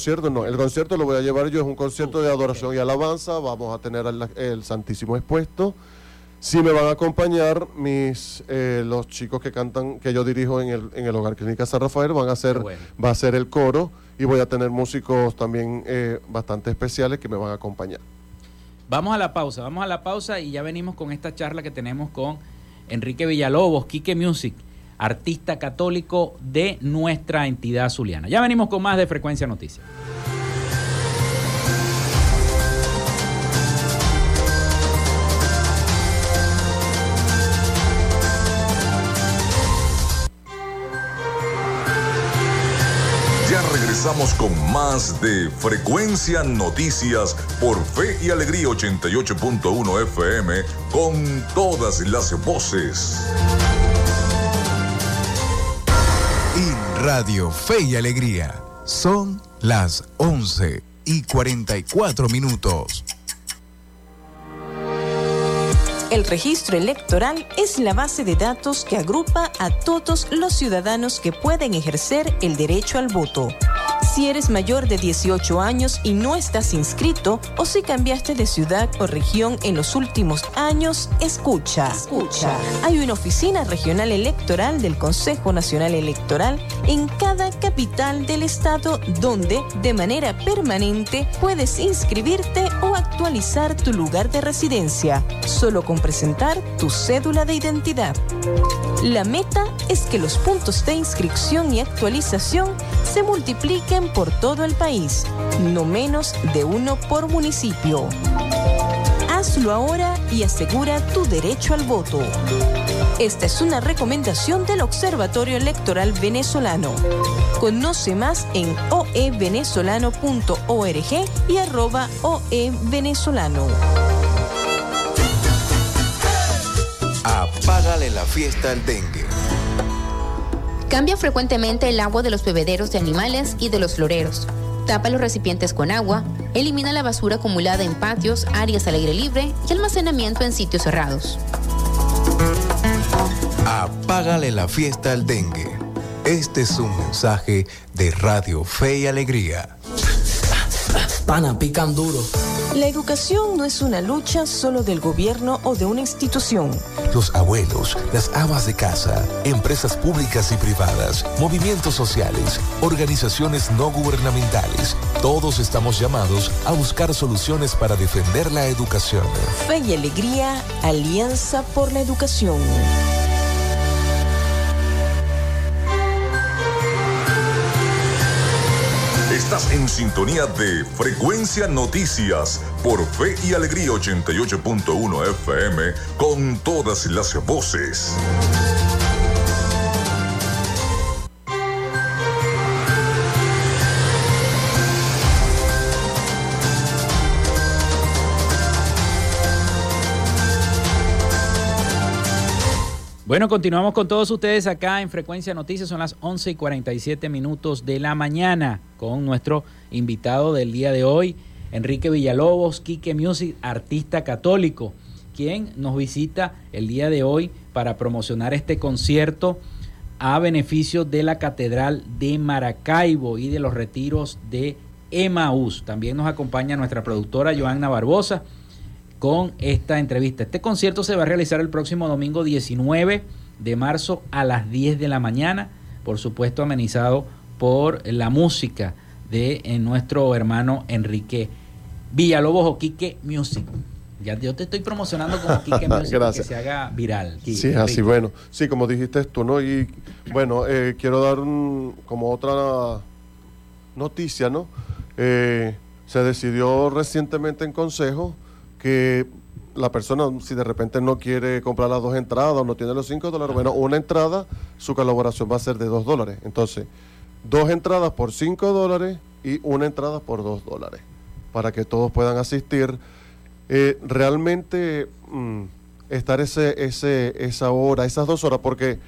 lo voy a llevar yo, es un concierto de adoración y alabanza, vamos a tener el Santísimo expuesto. Sí me van a acompañar los chicos que cantan, que yo dirijo en el Hogar Clínica San Rafael, va a ser el coro, y voy a tener músicos también bastante especiales que me van a acompañar. Vamos a la pausa y ya venimos con esta charla que tenemos con Enrique Villalobos, Quique Music, artista católico de nuestra entidad zuliana. Ya venimos con más de Frecuencia Noticias. Regresamos con más de Frecuencia Noticias por Fe y Alegría 88.1 FM con todas las voces. En Radio Fe y Alegría son las 11:44. El registro electoral es la base de datos que agrupa a todos los ciudadanos que pueden ejercer el derecho al voto. Si eres mayor de 18 años y no estás inscrito, o si cambiaste de ciudad o región en los últimos años, escucha. Hay una oficina regional electoral del Consejo Nacional Electoral en cada capital del estado donde, de manera permanente, puedes inscribirte o actualizar tu lugar de residencia, solo con presentar tu cédula de identidad. La meta es que los puntos de inscripción y actualización se multipliquen por todo el país, no menos de uno por municipio. Hazlo ahora y asegura tu derecho al voto. Esta es una recomendación del Observatorio Electoral Venezolano. Conoce más en oevenezolano.org y @oevenezolano. Apágale la fiesta al dengue. Cambia frecuentemente el agua de los bebederos de animales y de los floreros. Tapa los recipientes con agua. Elimina la basura acumulada en patios, áreas al aire libre y almacenamiento en sitios cerrados. Apágale la fiesta al dengue. Este es un mensaje de Radio Fe y Alegría. Pana, pican duro. La educación no es una lucha solo del gobierno o de una institución. Los abuelos, las amas de casa, empresas públicas y privadas, movimientos sociales, organizaciones no gubernamentales, todos estamos llamados a buscar soluciones para defender la educación. Fe y Alegría, Alianza por la Educación. Estás en sintonía de Frecuencia Noticias por Fe y Alegría 88.1 FM con todas las voces. Bueno, continuamos con todos ustedes acá en Frecuencia Noticias. Son las 11:47 de la mañana con nuestro invitado del día de hoy, Enrique Villalobos, Quique Music, artista católico, quien nos visita el día de hoy para promocionar este concierto a beneficio de la Catedral de Maracaibo y de los retiros de Emaús. También nos acompaña nuestra productora Joanna Barbosa con esta entrevista. Este concierto se va a realizar el próximo domingo 19 de marzo a las 10 de la mañana, por supuesto amenizado por la música de nuestro hermano Enrique Villalobos o Quique Music. Ya yo te estoy promocionando como Quique Music para que se haga viral. Quique, sí, así, bueno. Sí, como dijiste tú, ¿no? Y bueno, quiero dar como otra noticia, ¿no? Se decidió recientemente en consejo que la persona, si de repente no quiere comprar las 2 entradas o no tiene los $5, bueno, una entrada, su colaboración va a ser de $2. Entonces, 2 entradas por $5 y una entrada por $2, para que todos puedan asistir. Realmente estar esa hora, esas 2 horas, porque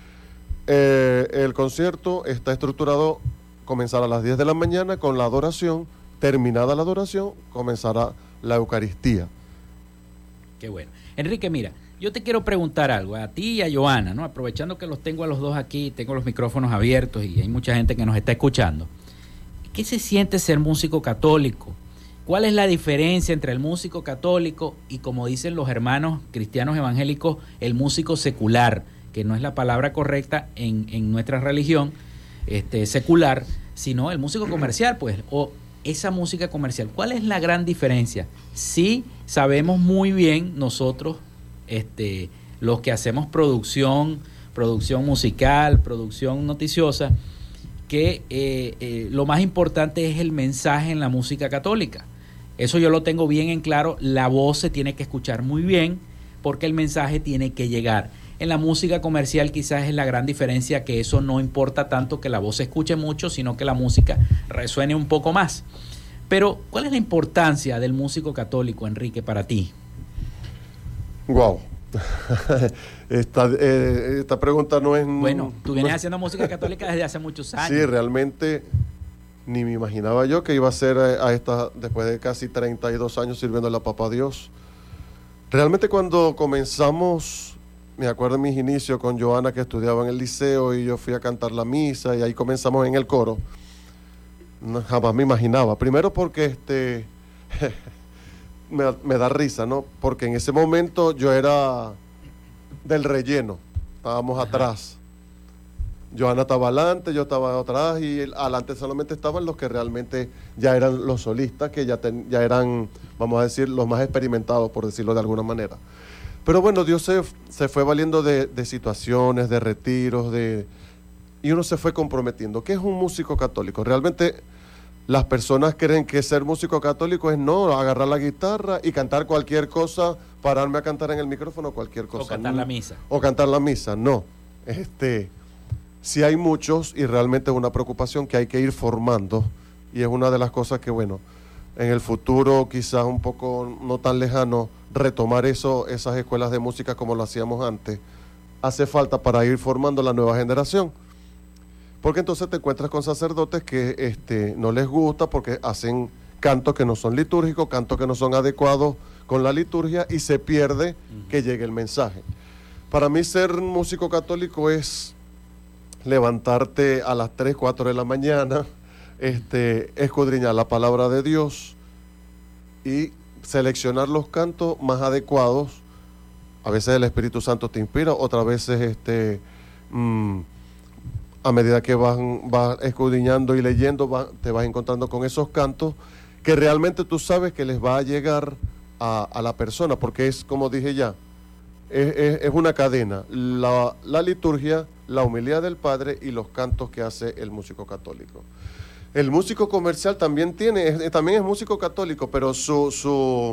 el concierto está estructurado, comenzará a las 10 de la mañana con la adoración, terminada la adoración, comenzará la Eucaristía. Qué bueno. Enrique, mira, yo te quiero preguntar algo a ti y a Joana, ¿no? Aprovechando que los tengo a los dos aquí, tengo los micrófonos abiertos y hay mucha gente que nos está escuchando. ¿Qué se siente ser músico católico? ¿Cuál es la diferencia entre el músico católico y, como dicen los hermanos cristianos evangélicos, el músico secular, que no es la palabra correcta en nuestra religión secular, sino el músico comercial, pues, o esa música comercial? ¿Cuál es la gran diferencia? Sí, sabemos muy bien nosotros, los que hacemos producción musical, producción noticiosa, que lo más importante es el mensaje en la música católica. Eso yo lo tengo bien en claro. La voz se tiene que escuchar muy bien porque el mensaje tiene que llegar. En la música comercial quizás es la gran diferencia, que eso no importa tanto que la voz se escuche mucho, sino que la música resuene un poco más. Pero, ¿cuál es la importancia del músico católico, Enrique, para ti? Wow. Esta pregunta no es... Bueno, tú vienes haciendo música católica desde hace muchos años. Sí, realmente ni me imaginaba yo que iba a ser después de casi 32 años sirviéndole a Papá Dios. Realmente cuando comenzamos... Me acuerdo en mis inicios con Joana, que estudiaba en el liceo, y yo fui a cantar la misa y ahí comenzamos en el coro. jamás me imaginaba. Primero porque me da risa, ¿no? Porque en ese momento yo era del relleno, estábamos atrás. Johanna estaba adelante, yo estaba atrás y adelante solamente estaban los que realmente ya eran los solistas, que ya eran, vamos a decir, los más experimentados, por decirlo de alguna manera. Pero bueno, Dios se fue valiendo de situaciones, de retiros, y uno se fue comprometiendo. ¿Qué es un músico católico? Realmente las personas creen que ser músico católico es no agarrar la guitarra y cantar cualquier cosa, pararme a cantar en el micrófono, cualquier cosa. O cantar la misa. O cantar la misa, no. Sí hay muchos, y realmente es una preocupación que hay que ir formando, y es una de las cosas que, bueno, en el futuro quizás un poco no tan lejano, retomar esas escuelas de música como lo hacíamos antes, hace falta para ir formando la nueva generación. Porque entonces te encuentras con sacerdotes que no les gusta porque hacen cantos que no son litúrgicos, cantos que no son adecuados con la liturgia, y se pierde que llegue el mensaje. Para mí ser músico católico es levantarte a las 3, 4 de la mañana, escudriñar la palabra de Dios y seleccionar los cantos más adecuados. A veces el Espíritu Santo te inspira, otras veces a medida que vas escudriñando y leyendo, te vas encontrando con esos cantos que realmente tú sabes que les va a llegar a la persona, porque es, como dije ya, es una cadena, la liturgia, la homilía del Padre y los cantos que hace el músico católico. El músico comercial también es músico católico, pero su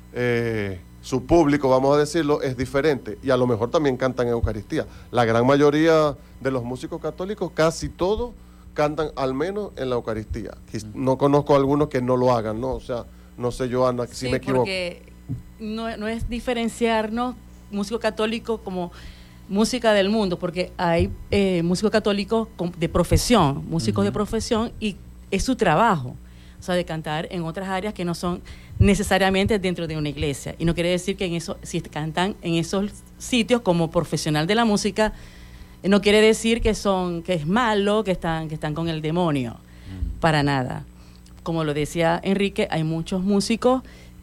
público, vamos a decirlo, es diferente, y a lo mejor también cantan en Eucaristía. La gran mayoría de los músicos católicos, casi todos, cantan al menos en la Eucaristía. No conozco a algunos que no lo hagan, ¿no? O sea, no sé, Johanna, si me equivoco. Porque no es diferenciarnos músico católico como música del mundo, porque hay músicos católicos de profesión, músicos de profesión, y es su trabajo, o sea, de cantar en otras áreas que no son necesariamente dentro de una iglesia. Y no quiere decir que si cantan en esos sitios como profesional de la música, no quiere decir que es malo, que están con el demonio, para nada. Como lo decía Enrique, hay muchos músicos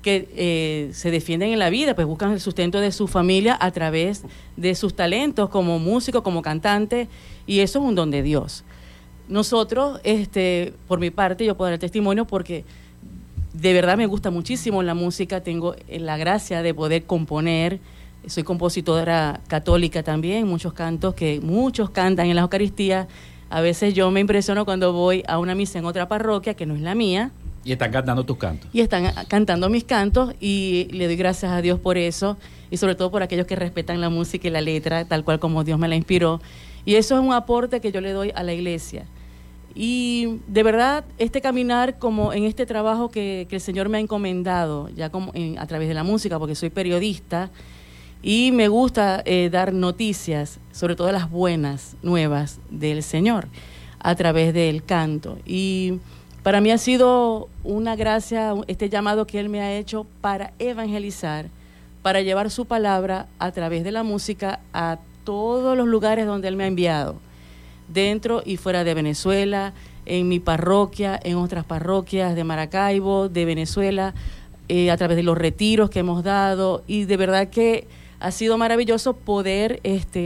que se defienden en la vida, pues buscan el sustento de su familia a través de sus talentos como músico, como cantante, y eso es un don de Dios. Nosotros, por mi parte, yo puedo dar el testimonio porque de verdad me gusta muchísimo la música, tengo la gracia de poder componer, soy compositora católica también, muchos cantos que muchos cantan en la Eucaristía. A veces yo me impresiono cuando voy a una misa en otra parroquia que no es la mía. Y están cantando tus cantos. Y están cantando mis cantos, y le doy gracias a Dios por eso, y sobre todo por aquellos que respetan la música y la letra, tal cual como Dios me la inspiró. Y eso es un aporte que yo le doy a la iglesia. Y de verdad, caminar como en este trabajo que el Señor me ha encomendado, ya como a través de la música, porque soy periodista, y me gusta dar noticias, sobre todo las buenas nuevas del Señor, a través del canto. Y para mí ha sido una gracia este llamado que Él me ha hecho para evangelizar, para llevar su palabra a través de la música a todos los lugares donde Él me ha enviado, dentro y fuera de Venezuela, en mi parroquia, en otras parroquias de Maracaibo, de Venezuela, a través de los retiros que hemos dado, y de verdad que ha sido maravilloso poder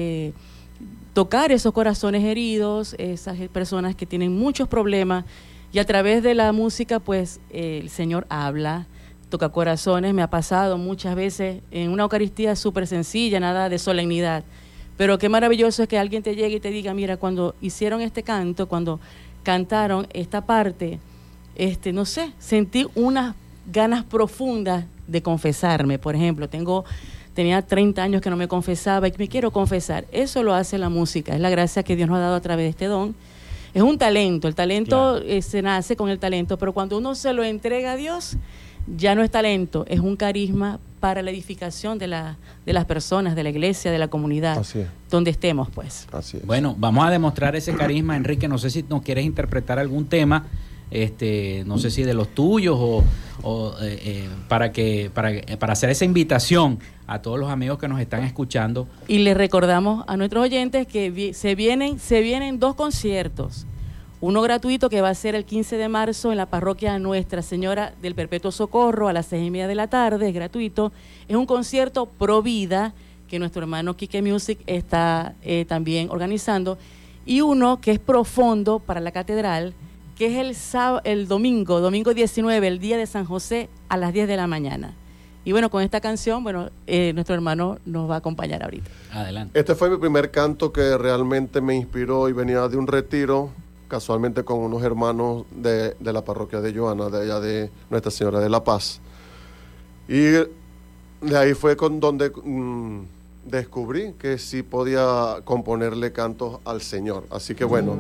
tocar esos corazones heridos, esas personas que tienen muchos problemas, y a través de la música pues el Señor habla, toca corazones. Me ha pasado muchas veces en una Eucaristía súper sencilla, nada de solemnidad, pero qué maravilloso es que alguien te llegue y te diga, mira, cuando hicieron este canto, cuando cantaron esta parte, no sé, sentí unas ganas profundas de confesarme. Por ejemplo, tenía 30 años que no me confesaba y me quiero confesar. Eso lo hace la música, es la gracia que Dios nos ha dado a través de este don. Es un talento, el talento se nace con el talento, pero cuando uno se lo entrega a Dios, ya no es talento, es un carisma para la edificación de las personas, de la iglesia, de la comunidad, donde estemos, pues. Así es. Bueno, vamos a demostrar ese carisma, Enrique. No sé si nos quieres interpretar algún tema, no sé si de los tuyos o para hacer esa invitación a todos los amigos que nos están escuchando. Y les recordamos a nuestros oyentes que se vienen 2 conciertos. Uno gratuito que va a ser el 15 de marzo en la parroquia Nuestra Señora del Perpetuo Socorro a las 6:30 de la tarde, es gratuito. Es un concierto pro vida que nuestro hermano Quique Music está también organizando. Y uno que es pro fondo para la catedral, que es el domingo 19, el día de San José, a las 10 de la mañana. Y bueno, con esta canción, nuestro hermano nos va a acompañar ahorita. Adelante. Este fue mi primer canto que realmente me inspiró y venía de un retiro, casualmente con unos hermanos de la parroquia de Joana, de allá de Nuestra Señora de la Paz. Y de ahí fue con donde descubrí que sí podía componerle cantos al Señor. Así que bueno,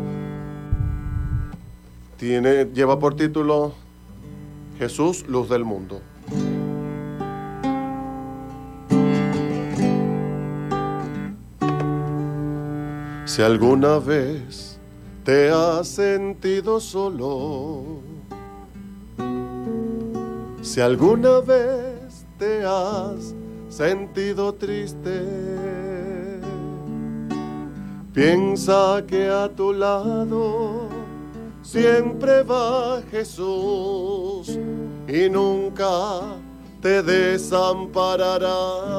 lleva por título Jesús, luz del mundo. Si alguna vez te has sentido solo, si alguna vez te has sentido triste, piensa que a tu lado siempre va Jesús y nunca te desamparará,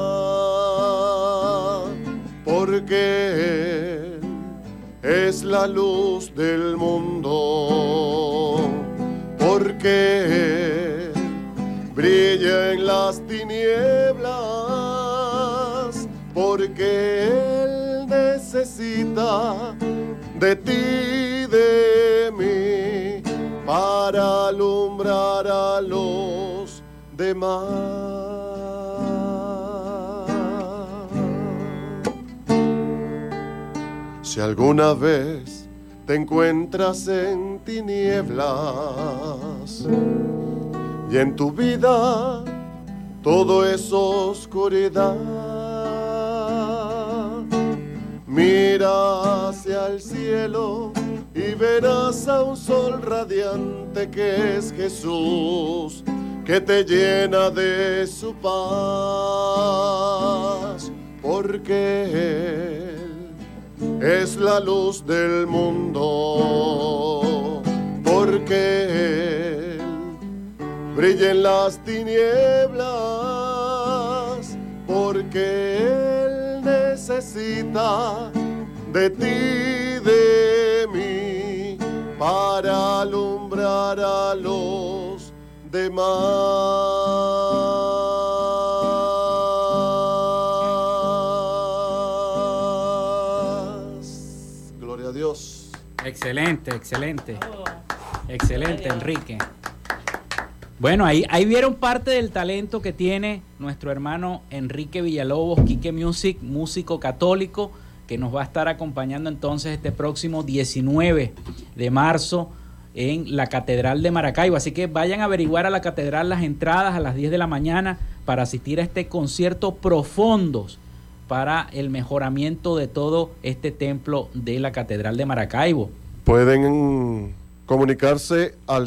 porque Él es la luz del mundo, porque Él brilla en las tinieblas, porque Él necesita de ti y de mí para alumbrar a los demás. Si alguna vez te encuentras en tinieblas y en tu vida todo es oscuridad, mira hacia el cielo y verás a un sol radiante que es Jesús, que te llena de su paz, porque Él es la luz del mundo, porque Él brilla en las tinieblas, porque Él necesita de ti y de mí para alumbrar a los demás. Gloria a Dios. Excelente, Enrique. Bueno, ahí vieron parte del talento que tiene nuestro hermano Enrique Villalobos, Quique Music, músico católico, que nos va a estar acompañando entonces este próximo 19 de marzo en la Catedral de Maracaibo. Así que vayan a averiguar a la Catedral las entradas a las 10 de la mañana para asistir a este concierto profundos para el mejoramiento de todo este templo de la Catedral de Maracaibo. Pueden comunicarse al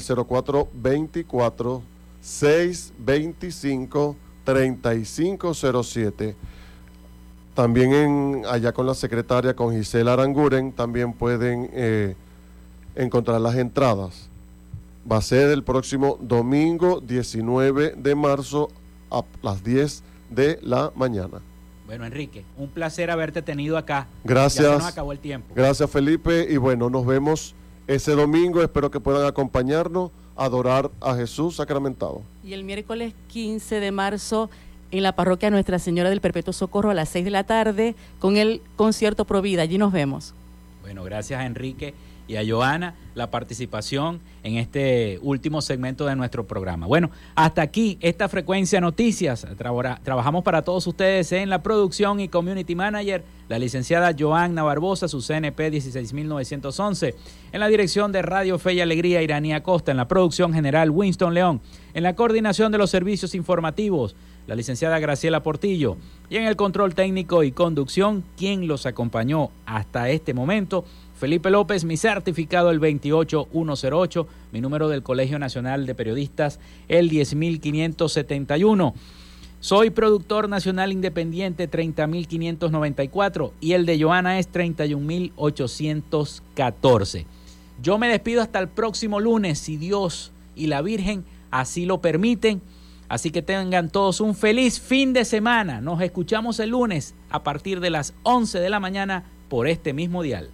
0424-625-3507. También allá con la secretaria, con Gisela Aranguren, también pueden encontrar las entradas. Va a ser el próximo domingo 19 de marzo a las 10 de la mañana. Bueno, Enrique, un placer haberte tenido acá. Gracias. Ya se nos acabó el tiempo. Gracias, Felipe. Y bueno, nos vemos ese domingo. Espero que puedan acompañarnos a adorar a Jesús sacramentado. Y el miércoles 15 de marzo en la parroquia Nuestra Señora del Perpetuo Socorro a las 6 de la tarde con el concierto Pro Vida. Allí nos vemos. Bueno, gracias a Enrique y a Joana la participación en este último segmento de nuestro programa. Bueno, hasta aquí esta Frecuencia Noticias. Trabajamos para todos ustedes en la producción y community manager, la licenciada Joanna Barbosa, su CNP 16911. En la dirección de Radio Fe y Alegría, Iranía Costa. En la producción general, Winston León. En la coordinación de los servicios informativos, la licenciada Graciela Portillo. Y en el control técnico y conducción, quien los acompañó hasta este momento, Felipe López, mi certificado el 28108, mi número del Colegio Nacional de Periodistas el 10571. Soy productor nacional independiente 30594 y el de Joana es 31814. Yo me despido hasta el próximo lunes, si Dios y la Virgen así lo permiten. Así que tengan todos un feliz fin de semana. Nos escuchamos el lunes a partir de las 11 de la mañana por este mismo dial.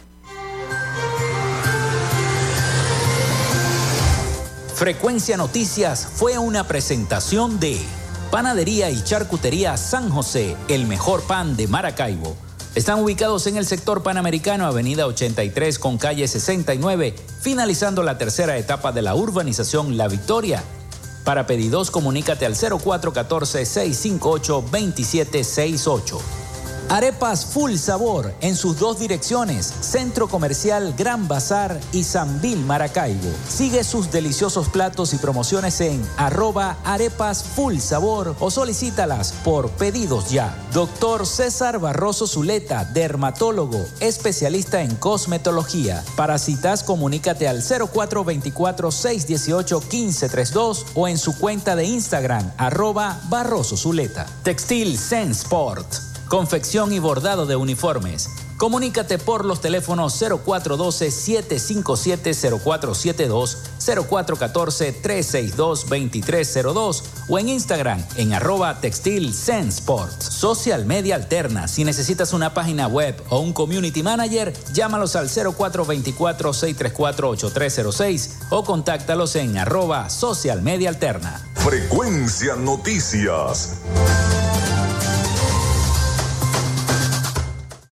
Frecuencia Noticias fue una presentación de Panadería y Charcutería San José, el mejor pan de Maracaibo. Están ubicados en el sector Panamericano, avenida 83 con calle 69, finalizando la tercera etapa de la urbanización La Victoria. Para pedidos, comunícate al 0414-658-2768. Arepas Full Sabor en sus dos direcciones, Centro Comercial Gran Bazar y Sambil Maracaibo. Sigue sus deliciosos platos y promociones en @arepasfullsabor o solicítalas por pedidos ya. Doctor César Barroso Zuleta, dermatólogo, especialista en cosmetología. Para citas, comunícate al 0424-618-1532 o en su cuenta de Instagram, @Barroso Zuleta. Textil Sensport, confección y bordado de uniformes. Comunícate por los teléfonos 0412-757-0472, 0414-362-2302 o en Instagram en @textilsensport. Social Media Alterna. Si necesitas una página web o un community manager, llámalos al 0424-634-8306 o contáctalos en @socialmediaalterna. Frecuencia Noticias.